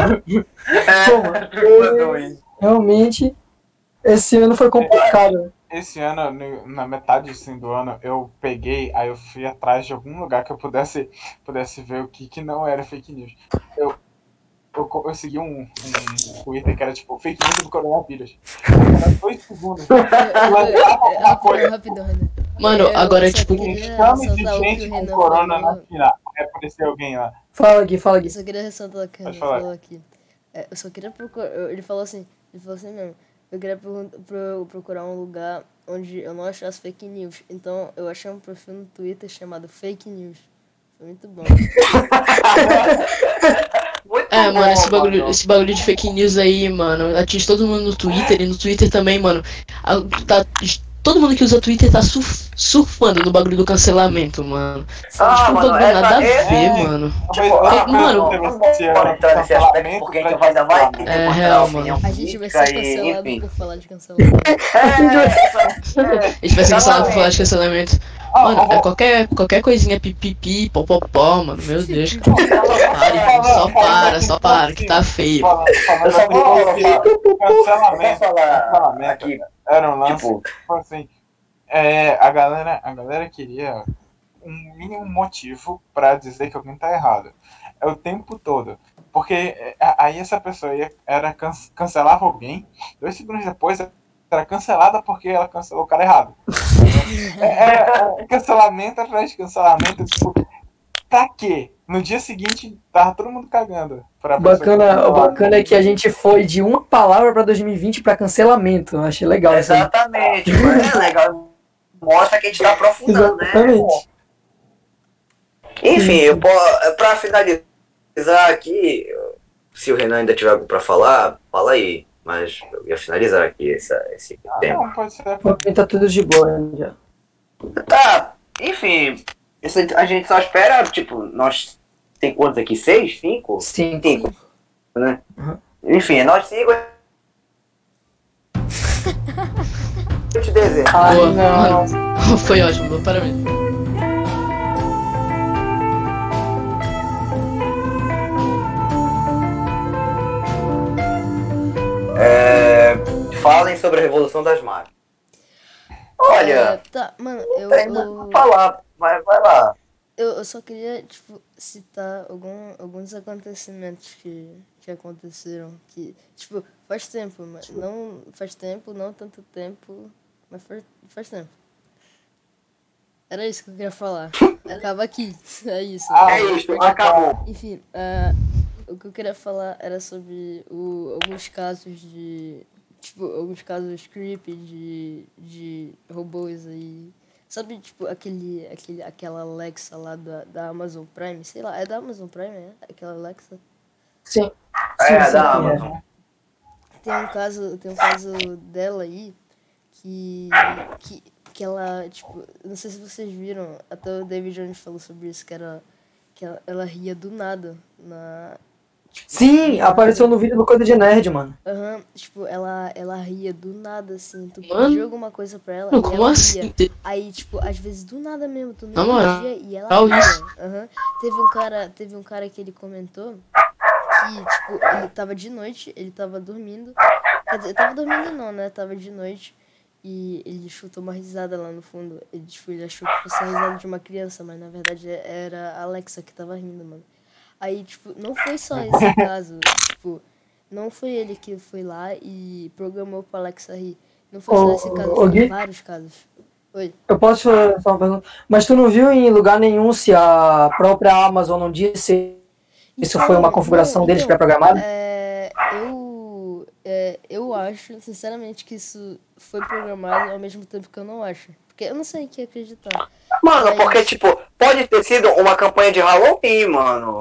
Realmente, esse ano foi complicado. Esse ano, na metade assim, do ano, eu peguei, aí eu fui atrás de algum lugar que eu pudesse ver o que não era fake news. Eu segui um Twitter que era tipo fake news do coronavírus. Era 2 segundos. Rapidão, Renan. Mano, agora, tipo, Um exame de gente com corona na China. Aí apareceu alguém lá. Fala, Gui. Eu só queria ressaltar o que o Renan falou aqui. Eu só queria procurar. Ele falou assim mesmo. Eu queria procurar um lugar onde eu não achasse fake news. Então eu achei um perfil no Twitter chamado Fake News. Foi muito bom. Mano, esse bagulho de fake news aí, mano, atinge todo mundo no Twitter e no Twitter também, mano. Todo mundo que usa Twitter tá surfando no bagulho do cancelamento, mano. Nada a ver, mano. Mano, entrar nesse aspecto porque a gente ainda vai ter que real, mano. A gente vai ser cancelado por falar de cancelamento. A gente vai ser cancelado por falar de cancelamento. Mano, qualquer coisinha pipipi, popopó, mano, meu Deus. Só para, que tá feio. Eu só vou falar aqui. Era um lance, tipo assim, a galera queria um mínimo motivo pra dizer que alguém tá errado. É o tempo todo. Porque aí essa pessoa cancelava alguém, 2 segundos depois era cancelada porque ela cancelou o cara errado. Cancelamento atrás de cancelamento, tipo, pra quê? No dia seguinte, tava todo mundo cagando. O bacana é que a gente foi de uma palavra pra 2020 pra cancelamento. Eu achei legal. Exatamente. É legal. Mostra que a gente tá aprofundando, exatamente, né? Enfim, pra finalizar aqui, se o Renan ainda tiver algo pra falar, fala aí. Mas eu ia finalizar aqui esse tema. Não, pode ser. Tá tudo de boa já. Tá, enfim. A gente só espera, tipo, nós tem quantos aqui? 6? 5? 5. Né? Uhum. Enfim, nós 5. Eu te desejo. Boa, não. Foi ótimo, parabéns. Falem sobre a Revolução das Máquinas. Olha, tá, mano, eu falar, mas vai lá. Eu só queria, tipo, citar alguns acontecimentos que aconteceram, que, tipo, faz tempo, mas não faz tempo, não tanto tempo, mas faz tempo. Era isso que eu queria falar. Acaba aqui, é isso. É isso, acabou. Enfim, o que eu queria falar era sobre alguns casos de, tipo, alguns casos creepy de robôs aí. Sabe, tipo, aquela Alexa lá da Amazon Prime? Sei lá, é da Amazon Prime, é? Aquela Alexa? Sim. Da Amazon. Tem um caso dela aí que ela, tipo, não sei se vocês viram, até o David Jones falou sobre isso, que ela ria do nada na... Tipo, sim, apareceu no vídeo do Coisa de Nerd, mano. Tipo, ela ria do nada, assim. Tu mano, pedia alguma coisa pra ela como ela assim? ria. Aí, tipo, às vezes do nada mesmo, tu não pedia e ela ria. Teve um cara que ele comentou que, tipo, ele tava de noite, ele tava dormindo. Quer dizer, tava dormindo não, né? Tava de noite e ele chutou uma risada lá no fundo. Ele achou que fosse a risada de uma criança, mas na verdade era a Alexa que tava rindo, mano. Aí, tipo, não foi só esse caso, tipo, não foi ele que foi lá e programou pra Alexa rir. Não foi só esse caso, foram vários casos. Oi? Eu posso fazer uma pergunta? Mas tu não viu em lugar nenhum se a própria Amazon não disse se isso foi uma configuração deles pré-programada? Eu acho, sinceramente, que isso foi programado ao mesmo tempo que eu não acho. Porque eu não sei o que acreditar. Mano, porque, tipo, pode ter sido uma campanha de Halloween, mano.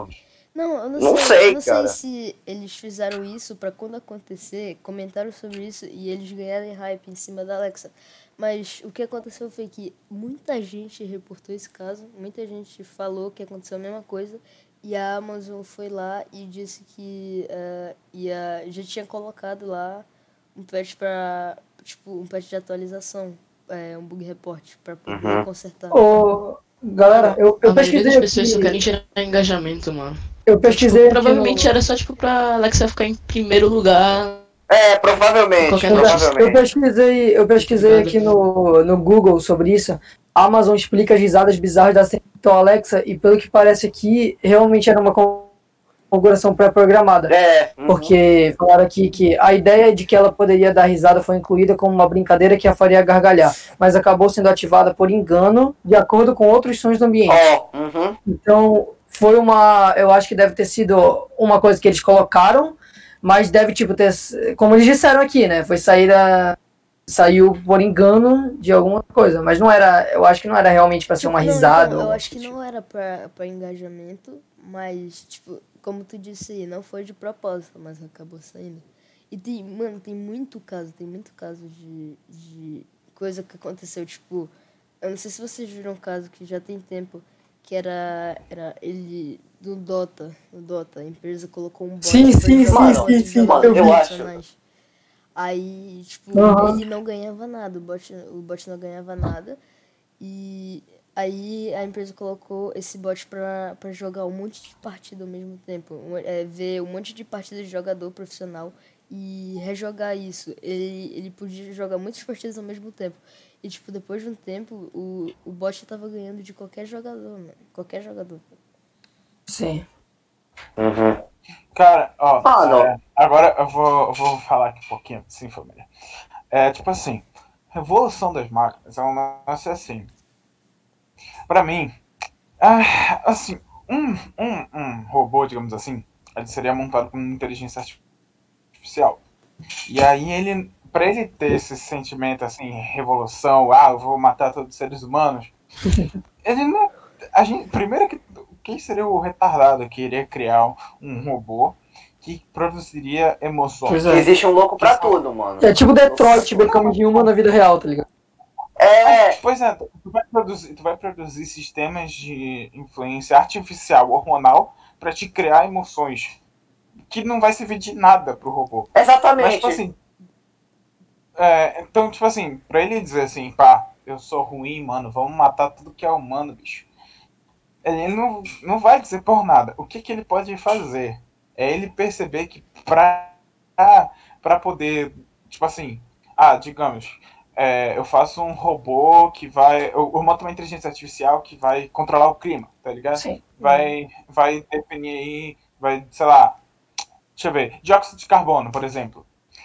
Não, eu Não sei, eu não sei cara. se eles fizeram isso pra quando acontecer, comentaram sobre isso e eles ganharem hype em cima da Alexa. Mas o que aconteceu foi que muita gente reportou esse caso, muita gente falou que aconteceu a mesma coisa e a Amazon foi lá e disse que já tinha colocado lá um patch um patch de atualização, um bug report pra poder consertar. Ô, galera, eu A maioria das pesquisei pessoas só querem aqui. tirar engajamento, mano. Eu Então, pesquisei tipo, aqui provavelmente no. era só, tipo, pra Alexa ficar em primeiro lugar. Provavelmente, Qualquer Eu, notícia. eu provavelmente. pesquisei, eu pesquisei aqui no Google sobre isso. A Amazon explica as risadas bizarras da assistente Alexa e pelo que parece aqui, realmente era uma configuração pré-programada. Porque falaram aqui que a ideia de que ela poderia dar risada foi incluída como uma brincadeira que a faria gargalhar, mas acabou sendo ativada por engano, de acordo com outros sons do ambiente. Então, foi eu acho que deve ter sido uma coisa que eles colocaram, mas deve, tipo, ter, como eles disseram aqui, né, saiu por engano de alguma coisa, mas não era, eu acho que não era realmente para ser uma risada. Então, eu acho que não era pra engajamento, mas, tipo, como tu disse aí, não foi de propósito, mas acabou saindo. E tem muito caso de coisa que aconteceu, tipo, eu não sei se vocês viram um caso que já tem tempo, que era ele do Dota, a empresa colocou um bot Sim, eu acho. Aí, tipo, ele não ganhava nada, o bot não ganhava nada. E aí a empresa colocou esse bot pra jogar um monte de partida ao mesmo tempo. Ver um monte de partida de jogador profissional e rejogar isso. Ele podia jogar muitas partidas ao mesmo tempo. E, tipo, depois de um tempo, o bot tava ganhando de qualquer jogador, mano. Qualquer jogador. Sim. Cara, agora eu vou falar aqui um pouquinho, sim, família. Tipo assim, revolução das máquinas é um negócio assim. Pra mim, assim, um robô, digamos assim, ele seria montado com inteligência artificial. E aí pra ele ter esse sentimento assim, revolução, eu vou matar todos os seres humanos, ele não. Primeiro que quem seria o retardado que iria criar um robô que produziria emoções? Existe um louco pra tudo, mano. É tipo Detroit, Become Human na vida real, tá ligado? Pois é, tu vai produzir sistemas de influência artificial, hormonal, pra te criar emoções. Que não vai servir de nada pro robô. Exatamente. Mas, tipo assim. Então, tipo assim, pra ele dizer assim, eu sou ruim, mano, vamos matar tudo que é humano, bicho. Ele não vai dizer por nada. O que ele pode fazer? É ele perceber que pra poder, tipo assim, digamos, eu faço um robô que vai. Eu monto uma inteligência artificial que vai controlar o clima, tá ligado? Sim. Vai definir aí, sei lá, deixa eu ver, dióxido de carbono, por exemplo.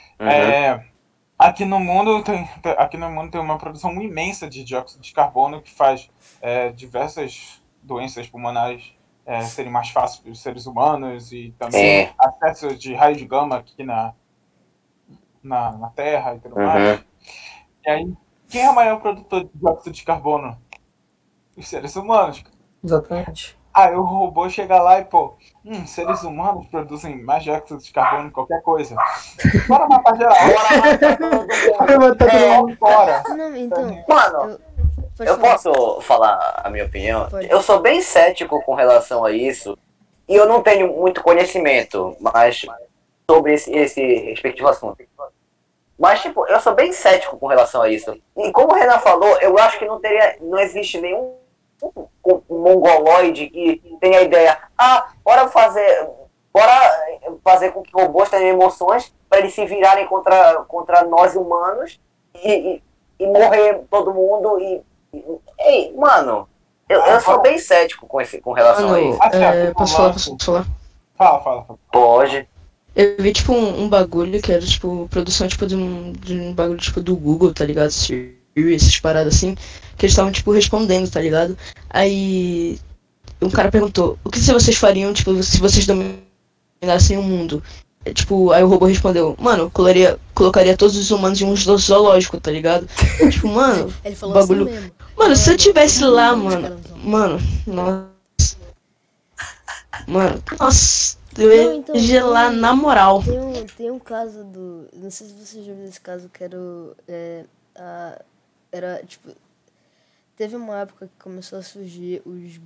Aqui no mundo tem uma produção imensa de dióxido de carbono que faz diversas doenças pulmonares serem mais fáceis para os seres humanos e também acesso de raio de gama aqui na Terra e tudo mais. E aí, quem é o maior produtor de dióxido de carbono? Os seres humanos. Exatamente. Aí o robô chega lá e, seres humanos produzem mais dióxido de carbono que qualquer coisa. Bora matar geral. Bora matar todo mundo. Bora. Não, então... Mano, eu posso falar a minha opinião? Pode. Eu sou bem cético com relação a isso. E eu não tenho muito conhecimento sobre esse respectivo assunto. Mas, tipo, eu sou bem cético com relação a isso. E como o Renan falou, eu acho que não existe nenhum mongoloide que tenha a ideia, bora fazer com que robôs tenham emoções para eles se virarem contra nós humanos e morrer todo mundo ei, mano, eu sou bem cético com relação a isso. Posso falar? Fala. Pode. Eu vi, tipo, um bagulho que era, tipo, produção, tipo, de um bagulho, tipo, do Google, tá ligado? Essas paradas assim, que eles estavam, tipo, respondendo, tá ligado? Aí um cara perguntou, o que vocês fariam, tipo, se vocês dominassem o mundo? Tipo, aí o robô respondeu, mano, colocaria todos os humanos em um zoológico, tá ligado? Tipo, mano, ele falou bagulho... assim mesmo. Mano, se eu tivesse lá, mano, nossa... Mano, nossa, eu ia Não, então, gelar na moral. Tem um caso do. Não sei se você já viu esse caso, que era o. Era tipo. Teve uma época que começou a surgir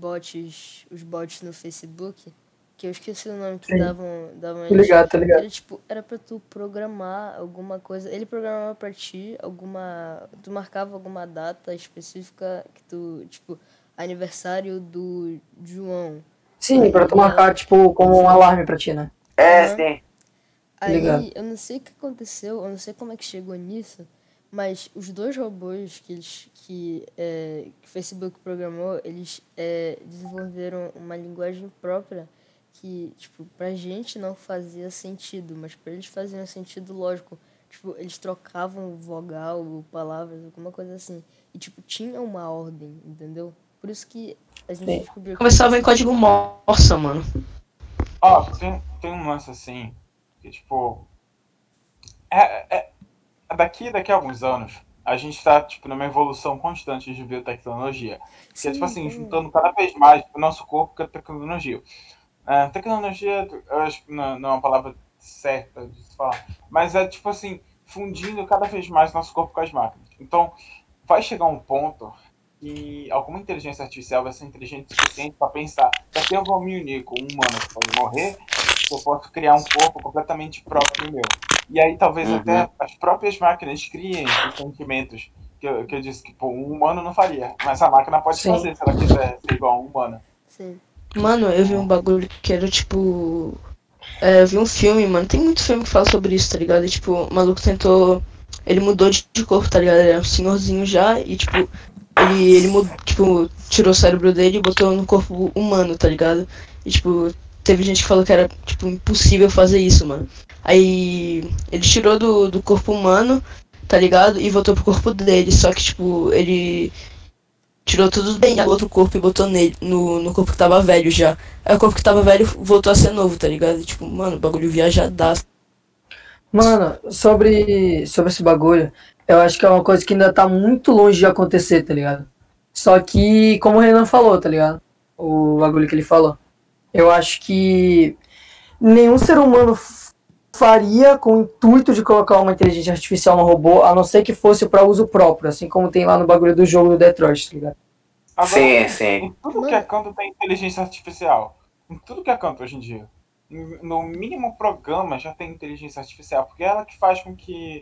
os bots no Facebook, que eu esqueci o nome que Sim. davam Tô eles. ligado, tô ligado. Era tipo, era pra tu programar alguma coisa. Ele programava pra ti alguma. Tu marcava alguma data específica que tu. Tipo, aniversário do João. Sim, pra tu marcar, tipo, como um alarme pra ti, né? É, Aham. sim. Ligado. Aí, eu não sei o que aconteceu, eu não sei como é que chegou nisso, mas os dois robôs que o Facebook programou, eles desenvolveram uma linguagem própria que, tipo, pra gente não fazia sentido, mas pra eles fazia um sentido lógico. Tipo, eles trocavam vogal, palavras, alguma coisa assim. E, tipo, tinha uma ordem, entendeu? Por isso que a gente Sim. descobriu que Começava em código Morse, mano. Ó, tem um lance assim, que tipo. É, daqui a alguns anos, a gente tá, tipo, numa evolução constante de biotecnologia. Que é, tipo Sim, assim, tem. juntando cada vez mais o nosso corpo com a tecnologia. Tecnologia, eu acho que não é uma palavra certa de se falar, mas é, tipo assim, fundindo cada vez mais nosso corpo com as máquinas. Então, vai chegar um ponto que alguma inteligência artificial vai ser inteligente o suficiente para pensar, se aqui eu vou me unir com um humano que pode morrer, eu posso criar um corpo completamente próprio meu. E aí talvez Uhum. até as próprias máquinas criem os sentimentos que eu disse que pô, um humano não faria, mas a máquina pode Sim. fazer se ela quiser ser igual a um humano. Sim. Mano, eu vi um bagulho que era tipo. Eu vi um filme, mano. Tem muito filme que fala sobre isso, tá ligado? E, tipo, o maluco tentou. Ele mudou de corpo, tá ligado? Ele é um senhorzinho já e, tipo. Ele mudou, tipo, tirou o cérebro dele e botou no corpo humano, tá ligado? E, tipo, teve gente que falou que era, tipo, impossível fazer isso, mano. Aí ele tirou do corpo humano, tá ligado? E voltou pro corpo dele. Só que, tipo, ele tirou tudo bem do outro corpo e botou nele, no corpo que tava velho já. Aí o corpo que tava velho voltou a ser novo, tá ligado? Tipo, mano, o bagulho viajadaço. Mano, sobre esse bagulho, eu acho que é uma coisa que ainda tá muito longe de acontecer, tá ligado? Só que, como o Renan falou, tá ligado? O bagulho que ele falou. Eu acho que nenhum ser humano faria com o intuito de colocar uma inteligência artificial no robô, a não ser que fosse para uso próprio, assim como tem lá no bagulho do jogo do Detroit, tá ligado? Agora, Sim, em sim. tudo que é canto tem inteligência artificial. Em tudo que é canto hoje em dia. No mínimo programa já tem inteligência artificial, porque é ela que faz com que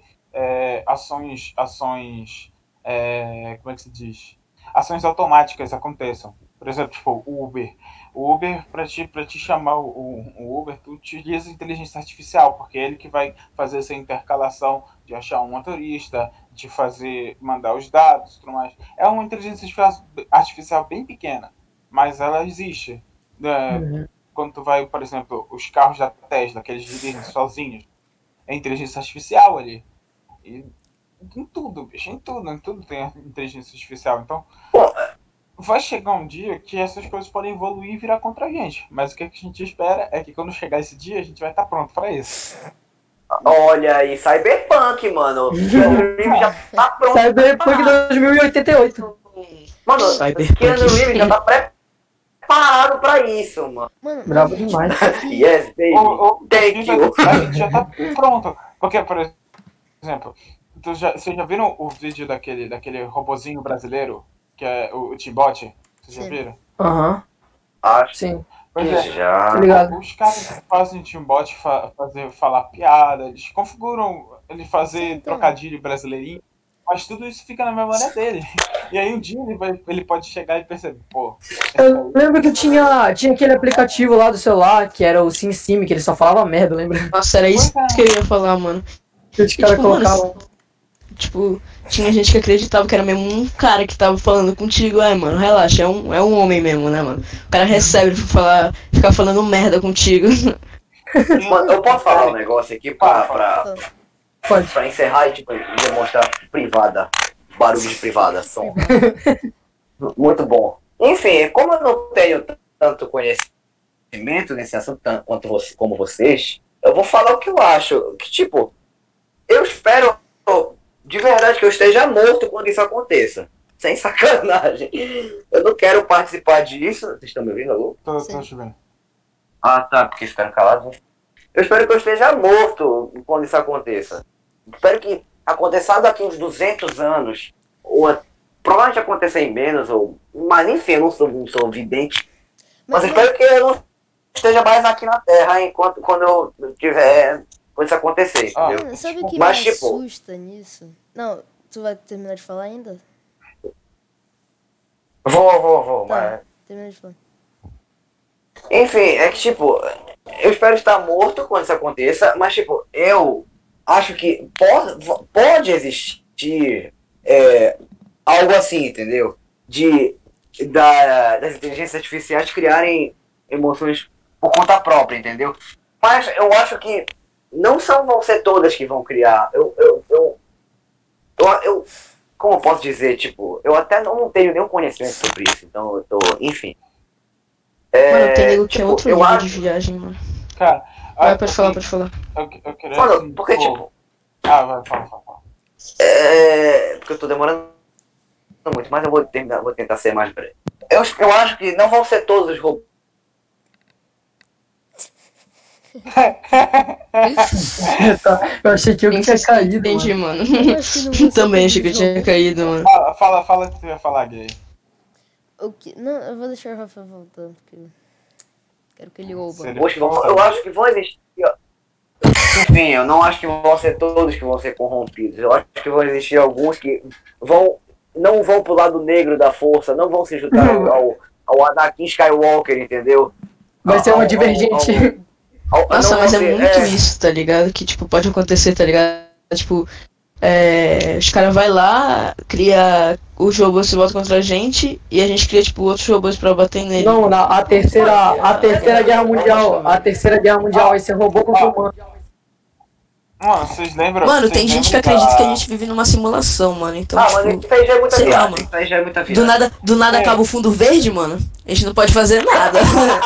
ações, como é que se diz? Ações automáticas aconteçam. Por exemplo, tipo, o Uber. O Uber, pra te chamar o Uber, tu utiliza inteligência artificial, porque é ele que vai fazer essa intercalação de achar um motorista, de fazer, mandar os dados e tudo mais. É uma inteligência artificial bem pequena, mas ela existe. Né? Uhum. Quando tu vai, por exemplo, os carros da Tesla, que eles dirigem sozinhos, é inteligência artificial ali. E em tudo, bicho, em tudo tem inteligência artificial. Então, Bom, vai chegar um dia que essas coisas podem evoluir e virar contra a gente. Mas o que a gente espera é que quando chegar esse dia, a gente vai estar pronto para isso. olha aí, Cyberpunk, mano. Keanu Reeves já tá pronto. Cyberpunk 2088. Mano, Cyberpunk. Keanu Reeves já tá preparado pra isso, mano. Mano, Bravo mas demais. Yes, baby. Thank you. A gente já tá pronto. Porque, por exemplo, vocês já viram o vídeo daquele robozinho brasileiro, que é o T-Bot? Vocês já Sim. viram? Aham, Acho sim, Pois que é. já. tá ligado? Os caras fazem T-Bot falar piada, eles configuram ele Sim, fazer então. trocadilho brasileirinho, mas tudo isso fica na memória dele. E aí um dia ele pode chegar e perceber, pô, Eu lembro que tinha aquele aplicativo lá do celular, que era o SimSim, que ele só falava merda, lembra? Nossa, era isso que eu ia falar, mano. Que os E, caras tipo, mano, colocavam. Tipo, tinha gente que acreditava que era mesmo um cara que tava falando contigo. Mano, relaxa, é um homem mesmo, né, mano? O cara recebe pra ficar falando merda contigo. Mano, eu posso falar um negócio aqui Pode. pra encerrar e tipo, demonstrar privada. Barulho de privada, som. Muito bom. Enfim, como eu não tenho tanto conhecimento nesse assunto como vocês, eu vou falar o que eu acho. Que tipo, eu espero de verdade que eu esteja morto quando isso aconteça. Sem sacanagem. Eu não quero participar disso. Vocês estão me ouvindo, Lu? tô Sim. te vendo. Ah, tá, porque ficaram calados. Eu espero que eu esteja morto quando isso aconteça. Espero que aconteça daqui uns 200 anos. Provavelmente aconteça em menos, mas enfim, eu não sou vidente. Mas eu espero que eu não esteja mais aqui na Terra quando eu tiver. Quando isso acontecer, entendeu? Mano, sabe o que Mas, me tipo, assusta nisso? Não, tu vai terminar de falar ainda? vou, Tá, mas. termina de falar. Enfim, é que, tipo, eu espero estar morto quando isso aconteça, mas, tipo, eu acho que pode existir algo assim, entendeu? Das inteligências artificiais criarem emoções por conta própria, entendeu? Mas eu acho que vão ser todas que vão criar. Como eu posso dizer, tipo, eu até não tenho nenhum conhecimento sobre isso, então eu tô, enfim. Mano, tem nego que é Tipo, outro eu nível de acho. viagem, mano. Cara, Vai, pode falar, pode falar. eu queria Mano, assim, porque, tipo, vai, fala. porque eu tô demorando muito, mas eu vou tentar ser mais breve. Eu acho que não vão ser todos os robôs. Eu achei que eu Tem tinha que caído, entendi, mano. mano. Eu acho que não vão ser Também todos achei que eu os tinha robôs. caído, mano. Fala o que tu ia falar, gay. O que? Não, eu vou deixar o Rafael voltar, porque quero que ele ouva. Seria Poxa, eu foda. acho que vão existir. Enfim, eu não acho que vão ser todos que vão ser corrompidos. Eu acho que vão existir alguns que não vão pro lado negro da força, não vão se juntar ao Anakin Skywalker, entendeu? Vai ser uma divergente. Nossa, não mas vão é ser- muito isso, tá ligado? Que, tipo, pode acontecer, tá ligado? Tipo, os caras vai lá, cria os robôs se voltam contra a gente e a gente cria, tipo, outros robôs pra bater nele. Não, a terceira guerra mundial. A terceira guerra mundial vai ser robô contra humano. Mano, vocês lembram? Mano, vocês tem gente que lembram acredita que a gente vive numa simulação, mano. Então, Mano, tipo, isso aí já é muita sei lá, viagem. mano. Isso aí já é muita viagem. Do nada acaba o fundo verde, mano. A gente não pode fazer nada.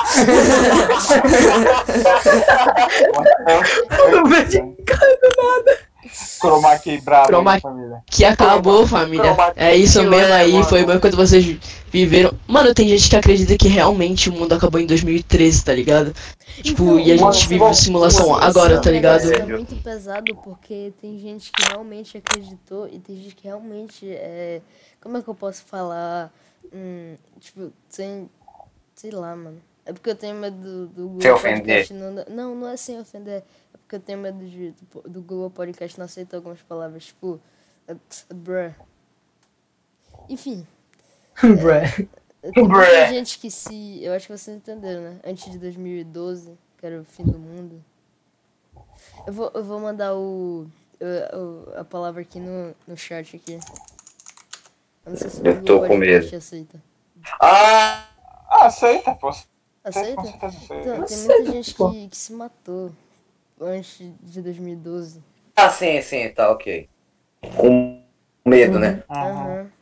Fundo verde. Chroma key brabo, Chroma aí, família. Que acabou, família. É isso mesmo aí, foi bom quando vocês viveram. Mano, tem gente que acredita que realmente o mundo acabou em 2013, tá ligado? Tipo, e a gente vive simulação agora, tá ligado? Isso é muito pesado porque tem gente que realmente acreditou e tem gente que realmente como é que eu posso falar? Tipo, sei lá, mano. É porque eu tenho medo do Google Se ofender. Podcast não é sem ofender. É porque eu tenho medo do Google Podcast não aceitar algumas palavras, tipo, bruh. Enfim. Bruh. Tem muita gente que eu acho que vocês entenderam, né? Antes de 2012, que era o fim do mundo. Eu vou mandar a palavra aqui no chat aqui. Eu não sei se o Eu tô Google com Podcast medo. aceita. Aceita, pô. Aceita? Com certeza aceita. Então, tem Aceita, muita gente pô. que se matou antes de 2012. Sim, tá, ok. Com medo, né? Aham.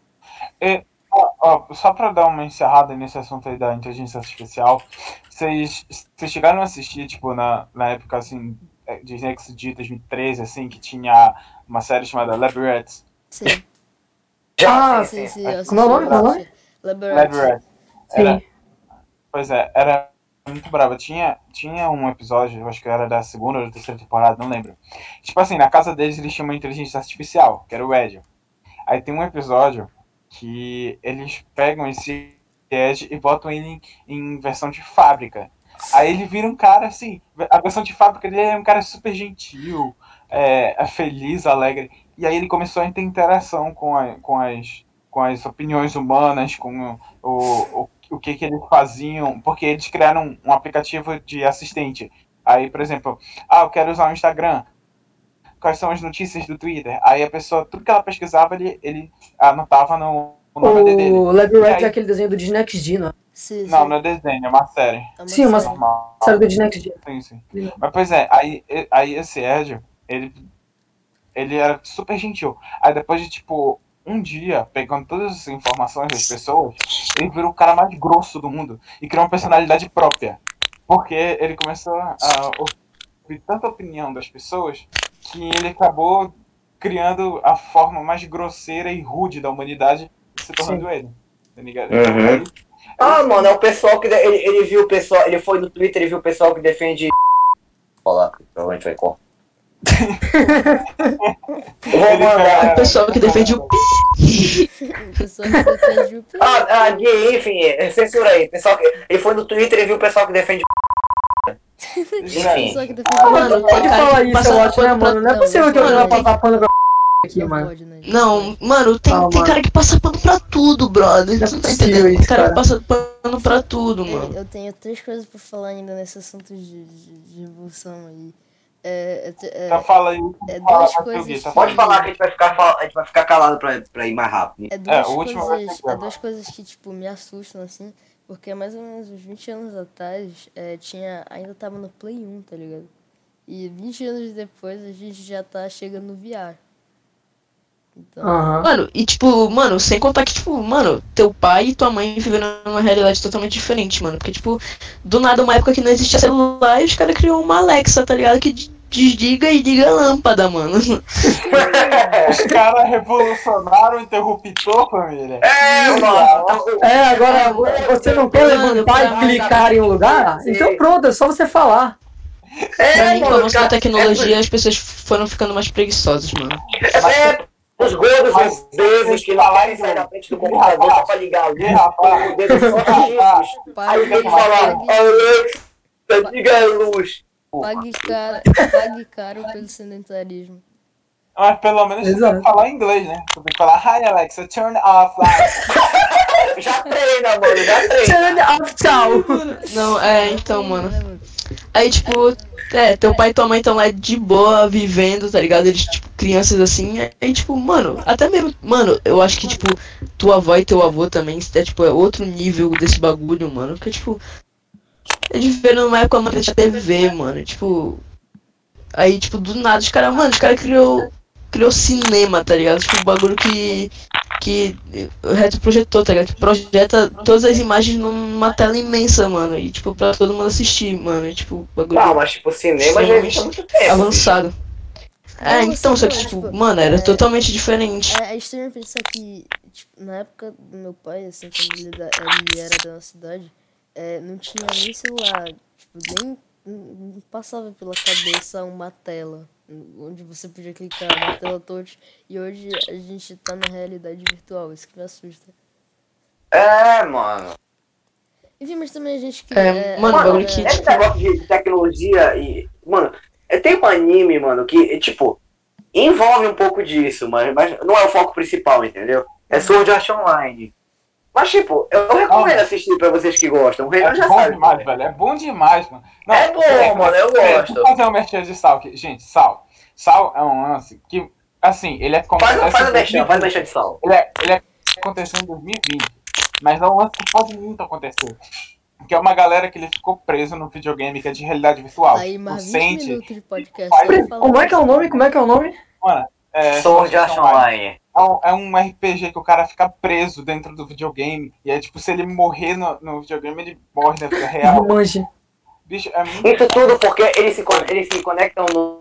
Só pra dar uma encerrada nesse assunto aí da inteligência artificial, vocês chegaram a assistir, tipo, na época, assim, de XD 2013, assim, que tinha uma série chamada Lab Rats. Sim. Já, Sim, sim. eu Como é o nome? assisti, Qual é o nome? Labyrinth. Lab Rats. Sim. Pois é, era muito brava. Tinha um episódio, eu acho que era da segunda ou da terceira temporada, não lembro. Tipo assim, na casa deles eles tinham uma inteligência artificial, que era o Ed. Aí tem um episódio que eles pegam esse Ed e botam ele em versão de fábrica. Aí ele vira um cara assim, a versão de fábrica dele é um cara super gentil, feliz, alegre. E aí ele começou a ter interação com as opiniões humanas, com o que eles faziam, porque eles criaram um aplicativo de assistente. Aí, por exemplo, eu quero usar o Instagram. Quais são as notícias do Twitter? Aí a pessoa, tudo que ela pesquisava, ele anotava no nome dele. O Labyrinth aí- é aquele desenho do Disney XD, não? Sim, Não, sim. não é desenho, é uma série. É Sim, uma série. Normal. série do Disney XD. Sim. Mas, pois é, aí esse Ed, ele era super gentil. Aí depois de, tipo, um dia, pegando todas as informações das pessoas, ele virou o cara mais grosso do mundo e criou uma personalidade própria. Porque ele começou a ouvir tanta opinião das pessoas que ele acabou criando a forma mais grosseira e rude da humanidade, se tornando ele. Tá ligado? Uhum. Ah, mano, é o pessoal que... Ele viu o pessoal... Ele foi no Twitter e viu o pessoal que defende... Falar, provavelmente vai cortar. Eu vou mandar. O pessoal que defende o O pessoal que defende o Gui, enfim, censura aí. Ele foi no Twitter e viu o pessoal que defende... O Enfim. pessoal que defende Ah, mas Mano, tu pode tem falar cara que isso, passa eu acho, né, pano pra- mano? Não é possível que eu Mano, vá tem- passar pano pra aqui, Não mano. pode, né? Não, mano, tem Não, mano. cara que passa pano pra tudo, brother. Não é Você não tá possível entendendo? Tem isso, cara que cara. passa pano pra tudo, mano. Eu tenho 3 coisas pra falar ainda nesse assunto de evolução aí. Então fala aí. É Fala, duas Gui, coisas tá Pode que- falar que a gente vai ficar calado pra ir mais rápido. o último vai ser duas coisas que, tipo, me assustam, assim, porque mais ou menos uns 20 anos atrás, ainda tava no Play 1, tá ligado? E 20 anos depois a gente já tá chegando no VR. Então, Aham. Mano, e tipo, mano, sem contar que, tipo, mano, teu pai e tua mãe vivendo numa realidade totalmente diferente, mano. Porque, tipo, do nada, uma época que não existia celular, e os caras criou uma Alexa, tá ligado? Que desliga e liga a lâmpada, mano. Os caras revolucionaram o interruptor, família. Mano. É, agora você não quer Mano, levantar e pra- clicar em um lugar? Então pronto, é só você falar. Pra mim, com o avanço da cara, tecnologia, as pessoas foram ficando mais preguiçosas, mano. Os gordos Mas- vezes que não querem sair da frente do computador só pra ligar a luz. E rapaz, O dedo só chifres. Aí tem que falar, Alexa, liga a luz. pague caro pelo sedentarismo. mas pelo menos você tem Exato. que falar inglês, né? Você tem que falar, hi Alexa, turn off lights. Já treina, mano, já treina. Turn off, tchau. Não, então, mano. Né, mano? Aí, tipo, teu pai e tua mãe estão lá de boa, vivendo, tá ligado? Eles, tipo, crianças assim. Aí, tipo, mano, até mesmo. Mano, eu acho que, tipo, tua avó e teu avô também, é outro nível desse bagulho, mano. Porque, tipo, eles viveram numa época, mano, de TV, mano. Tipo. Aí, tipo, do nada, os caras criou cinema, tá ligado? Tipo, um bagulho que retroprojetou, tá ligado? Que projeta todas as imagens numa tela imensa, mano. E, tipo, pra todo mundo assistir, mano. E, tipo, bagulho Não, mas tipo, cinema já existe há muito tempo. avançado. Não, Então, só que, não, tipo, tipo, mano, era totalmente diferente. É estranho pensar que, tipo, na época do meu pai, assim, quando ele era da nossa cidade, não tinha nem celular, tipo, nem não passava pela cabeça uma tela onde você podia clicar na tela touch, e hoje a gente tá na realidade virtual, isso que me assusta. Mano. Enfim, mas também a gente Mano, o bagulho que, Esse negócio de tecnologia e. Mano, tem um anime, mano, que, tipo, envolve um pouco disso, mas não é o foco principal, entendeu? É Sword Art Online. Mas, tipo, eu recomendo assistir pra vocês que gostam. O Renan É já bom sabe. demais, velho. É bom demais, mano. Não, É bom, mano, eu gosto. Vou fazer um merchan de Sal aqui. Gente, Sal é um lance que, assim, ele é como... Faz o mexer de sal. Ele aconteceu em 2020, mas é um lance que pode muito acontecer. Que é uma galera que ele ficou preso no videogame que é de realidade virtual. Aí Tipo, mais 20 sente... minutos de podcast. Faz- só falando. Como é que é o nome? Como é que é o nome? Mano, Sword Art Online. É um RPG que o cara fica preso dentro do videogame. E é tipo, se ele morrer no videogame, ele morre na vida real. Manje. Bicho, é muito... Isso tudo porque eles se conectam no.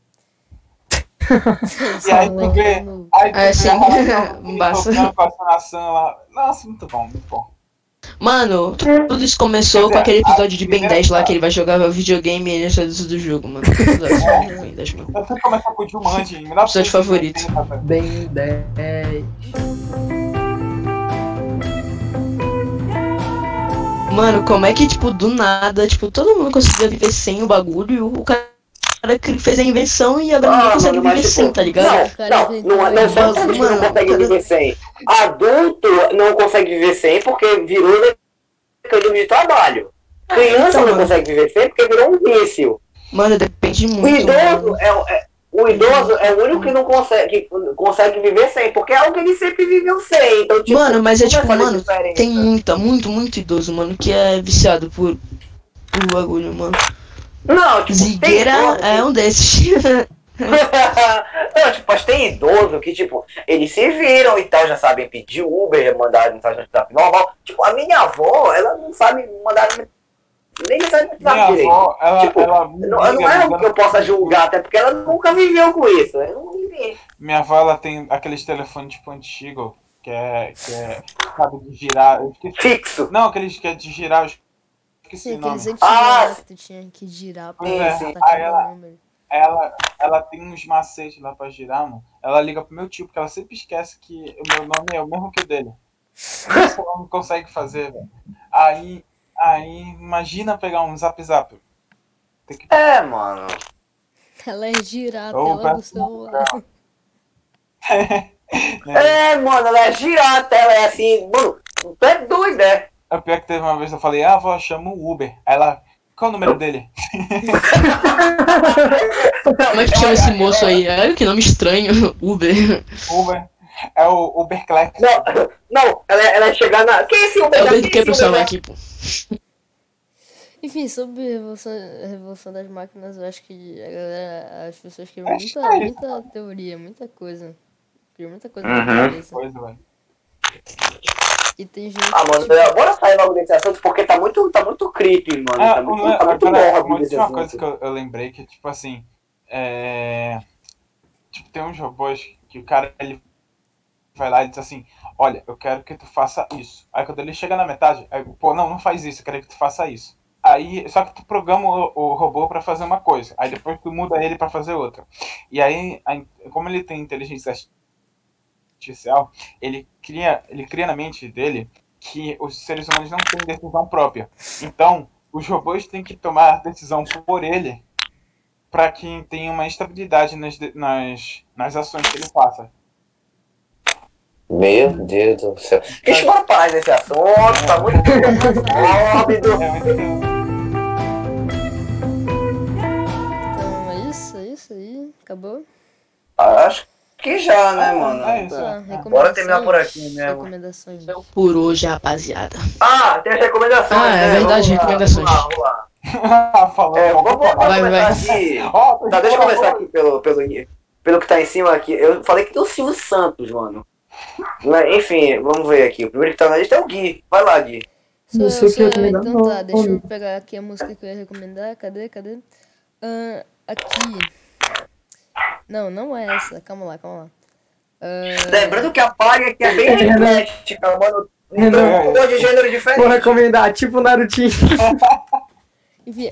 E aí tu vê... Aí tu vê sim. a relação dele Basta. tocando com a animação lá. Nossa, muito bom, muito bom. Mano, tudo isso começou com aquele episódio de Ben 10 lá, que ele vai jogar videogame e ele é do jogo, mano. Episódio de Ben 10, mano. Eu sempre começou com o Jumanji em Episódio favorito. 1980, velho. Bem 10. Mano, como é que, tipo, do nada, tipo, todo mundo conseguia viver sem o bagulho e o cara fez a invenção e agora ninguém consegue mano, viver mas, sem, tipo, tá ligado? Não só que não consegue viver sem. Adulto não consegue viver sem porque virou mecanismo de trabalho. Criança não consegue viver sem porque virou um vício. Mano, depende O muito. idoso mano. o idoso é o único que não consegue viver sem, porque é algo que ele sempre viveu sem. Então, tipo, Mano, mas é não vai tipo, fazer mano, diferença. tem muito idoso, mano, que é viciado por bagulho, mano. Não, tipo, Zigueira tem idoso é um desses. Não, tipo, mas tem idoso que, tipo, eles se viram e tal, já sabem pedir Uber, mandar mensagem no WhatsApp normal. Tipo, a minha avó, ela não sabe mandar nem mensagem no WhatsApp Minha direito. avó, ela, Tipo, ela não é algo que eu possa julgar, até porque ela nunca viveu com isso. Eu não vivi. Minha avó, ela tem aqueles telefones tipo antigo, sabe, de girar. Eu esqueci. Fixo. Não, aqueles que é de girar, eu esqueci Sim, o nome. aqueles antigos lá que tu tinha que girar pra Pois é, acertar aí cada número. ela tem uns macetes lá pra girar, mano. Ela liga pro meu tio, porque ela sempre esquece que o meu nome é o mesmo que o dele. Isso ela não consegue fazer, velho. Aí, imagina pegar um zap zap. Tem que... É, mano. Ela é girar a Ou tela do vai- celular. É, mano, ela é girar a tela, é assim, mano, tu é doido, né? É pior que teve uma vez eu falei, avó, chama o Uber. Aí ela, qual o número dele? Como é que chama esse moço aí? Olha que nome estranho, Uber. Uber. É o Uber Clack. Não, ela é chegar na. Quem é esse Uber? É o Quem dedo que é pro esse Uber, celular né? aqui, pô. Enfim, sobre a revolução das máquinas, eu acho que a galera, as pessoas criam Acho que é muita teoria, muita coisa. Criam muita coisa na Uhum. cabeça. Coisa, velho. E tem gente Ah, mano, que, bora sair logo desse assunto porque tá muito creepy, mano. Tá muito Agora, mórbido esse uma coisa assunto. que eu lembrei que, tipo assim, tipo, tem uns robôs que o cara, ele vai lá e diz assim, olha, eu quero que tu faça isso. Aí quando ele chega na metade, aí, pô, não faz isso, eu quero que tu faça isso. Aí, só que tu programa o robô pra fazer uma coisa, aí depois tu muda ele pra fazer outra. E aí, como ele tem inteligência artificial, ele cria na mente dele que os seres humanos não têm decisão própria. Então, os robôs têm que tomar decisão por ele para que tenha uma estabilidade nas ações que ele faça. Meu Deus do céu. Deixa eu parar nesse assunto, tá muito mórbido. então é isso aí, acabou. Acho que já, né, mano? É isso. Tá, É. recomendações. Bora terminar por aqui mesmo. Recomendações. Por hoje, rapaziada. Ah, tem as recomendações, Ah, é né? verdade, Vamos lá, recomendações. Vamos lá. Falando Vamos Vai. começar aqui. Tá, deixa eu começar aqui pelo que tá em cima aqui. Eu falei que tem o Silvio Santos, mano. Mas, enfim, vamos ver aqui. O primeiro que tá na lista é o Gui. Vai lá, Gui. Não sei o que recomendar, Então tá, não. deixa eu pegar aqui a música que eu ia recomendar. Cadê? Aqui. Não é essa. Calma lá. Lembrando que a palha aqui é bem eclética, mano. Renan, Um monte de gênero diferente. vou recomendar, tipo Narutinho. Enfim,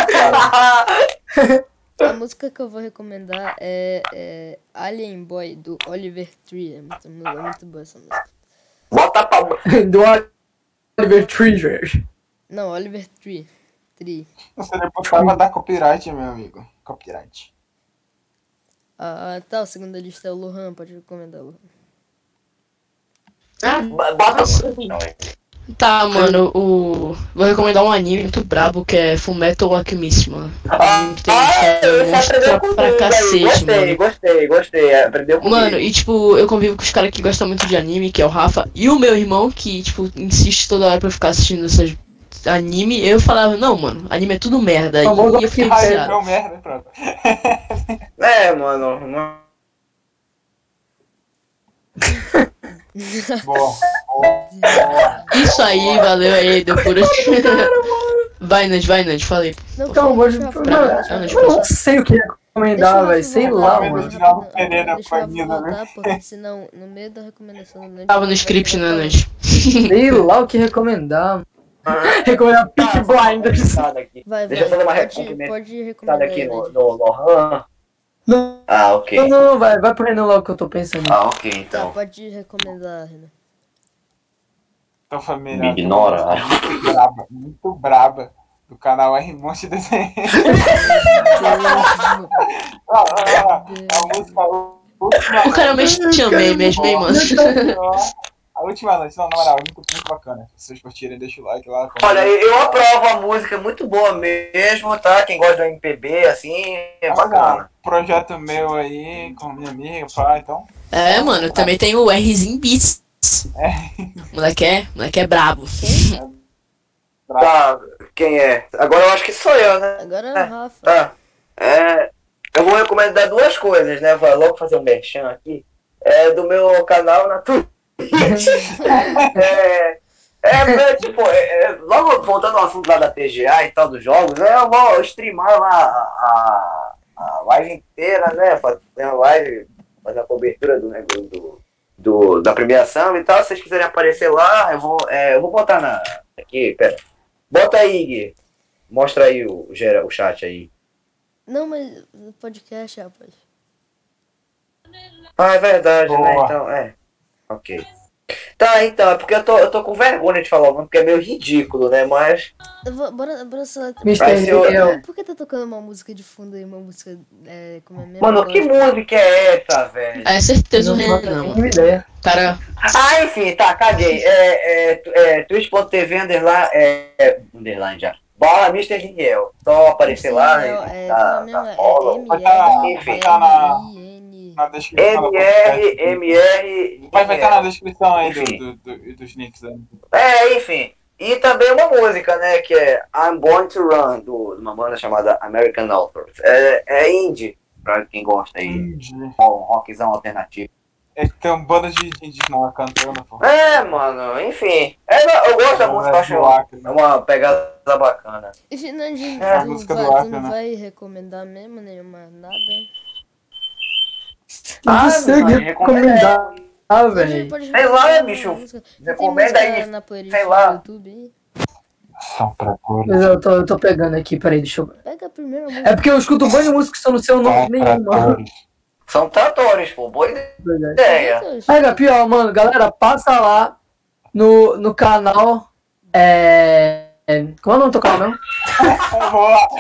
a música que eu vou recomendar é Alien Boy, do Oliver Tree. É muito boa essa música. Bota pra... Do Oliver Treasure. Não, Oliver Tree. Você depois vai dar copyright, meu amigo. Copyright. Tá, o segundo da lista é o Lohan, pode recomendar o Lohan. Bota... Tá, mano, vou recomendar um anime muito brabo que é Fullmetal Alchemist, mano. Um anime que tem uma história monstra pra cacete, mano. Gostei. Aprendeu comigo. Mano, e tipo, eu convivo com os caras que gostam muito de anime, que é o Rafa, e o meu irmão, que, tipo, insiste toda hora pra eu ficar assistindo essas anime. Eu falava, não, mano, anime é tudo merda. E eu fiquei Aí, viciado. deu merda, pronto. Mano. Boa. Isso aí, valeu aí, deu por hoje. Vai, Nand, falei. Não, Calma, deixa eu eu não sei o que recomendar, velho. Sei lá, voltar. mano. De novo Pereira Deixa eu Panina, né? voltar, porque senão, no meio da recomendação do Nand... Tava no script, né, Nand? Sei lá o que recomendar. Recomendar Peak Blinders. Vai, Deixa eu fazer uma pode recomendar aqui aí, no Nand. Lohan. Não, Ok. não, vai pro Renan logo que eu tô pensando. Ok, Tá, então. pode recomendar, Renan. Tô familiar. Me ignora. Muito braba. Do canal R Monte Desenho. A música última. O cara mexe meme, mano. A última noite, não, na moral, é muito bacana. Se vocês curtirem, deixa o like lá. Olha, eu aprovo a música, é muito boa mesmo, tá? Quem gosta do MPB, assim, é bacana. Projeto meu aí, com minha amiga, pá, então. É, mano, também tem o Rzinho Beats. Moleque é brabo. Tá, quem é? Agora eu acho que sou eu, né? Agora é o Rafa. Tá. Eu vou recomendar duas coisas, né? Vou logo fazer um merchan aqui. Do meu canal na Twitch. Logo voltando ao assunto lá da TGA e tal dos jogos, eu vou streamar lá a live inteira, né? Fazer uma live, fazer a cobertura do negócio da premiação e tal. Se vocês quiserem aparecer lá, eu vou botar aqui, pera. Bota aí, Gui. Mostra aí o chat aí. Não, mas no podcast, rapaz. Ah, é verdade, Boa. né? Então, ok. Tá, então, é porque eu tô com vergonha de falar o nome, porque é meio ridículo, né? Mas. Bora só. Mr. Miguel. Por que tá tocando uma música de fundo aí? Uma música. Como é mesmo? Mano, que música é essa, velho? É certeza o Não faço a Renan, mínima mano. ideia. Cara, Ah, enfim, tá, caguei. Twitch.tv underline já. Bola Mr. Miguel. Só aparecer lá e dá follow. Vai tá na descrição do podcast. MR. Vai estar na descrição aí Enfim. dos links. Né? Enfim. E também uma música, né, que é I'm Born to Run, de uma banda chamada American Authors. É indie, pra quem gosta aí. Um rockzão alternativo. Tem um bando de não cantando, pô. Mano, enfim. Eu gosto da música, acho uma pegada bacana. E Fernandinho, a música do Acre, tu não né? vai recomendar mesmo nenhuma nada? Não sei o que recomendar, velho. Sei lá, bicho. Recomenda aí, na playlist sei lá. do YouTube aí. São tratores. Mas eu tô pegando aqui, peraí, deixa eu ver. Pega a primeira música. É porque eu escuto um monte de músicas que são no seu nome nenhuma. São tratores, pô. Boa ideia. Pega, pior, mano, galera, passa lá no canal. Como é o nome do teu canal mesmo? Boa!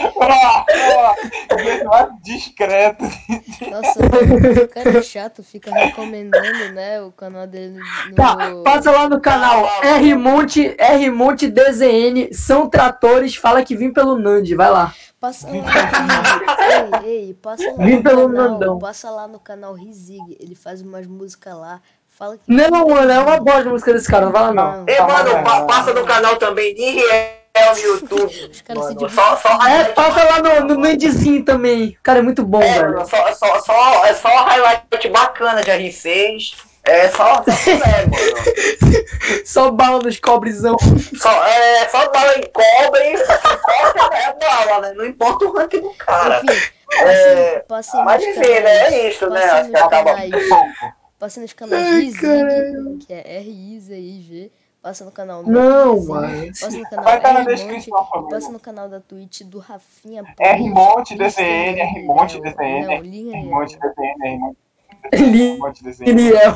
Mais discreto. Nossa, o cara é chato, fica recomendando, né, o canal dele no... Tá, passa lá no canal R-Monte DZN, são tratores, fala que vim pelo Nandi, vai lá. Passa lá passa lá Vim no pelo canal, Nandão. passa lá no canal Rizig, ele faz umas músicas lá, fala que... Não, mano, é uma bosta a música desse cara, não vai lá não. Mano, passa no canal também de Riel no YouTube. Os caras se Mano, divertem. Passa lá no Nandizinho também, o cara é muito bom, velho. Mano, só highlight bacana de R6. Só mano. Só bala nos cobrezão. Só bala em cobre, importa é bala, né? Não importa o ranking do cara. Enfim, passem Mas nos enfim, né? É isso, né? Acho que acaba. Passem nos canais Rizig, que é R-I-Z-I-G. Passa no canal Não, Rizig, mano. passa no canal Vai estar na R-Monte, descrição, família. passa no canal da Twitch do Rafinha. R-Monte DCN, R-Monte Não, DCN, linha R-Monte DCN, R-Monte DCN. Liniel.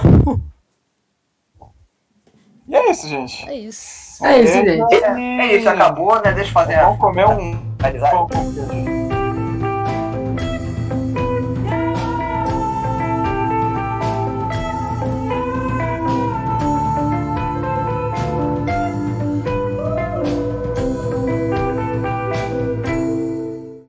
E é isso, gente. É isso. É isso, gente. É isso, acabou, né? Deixa eu fazer Vamos comer um finalizar. pão com queijo.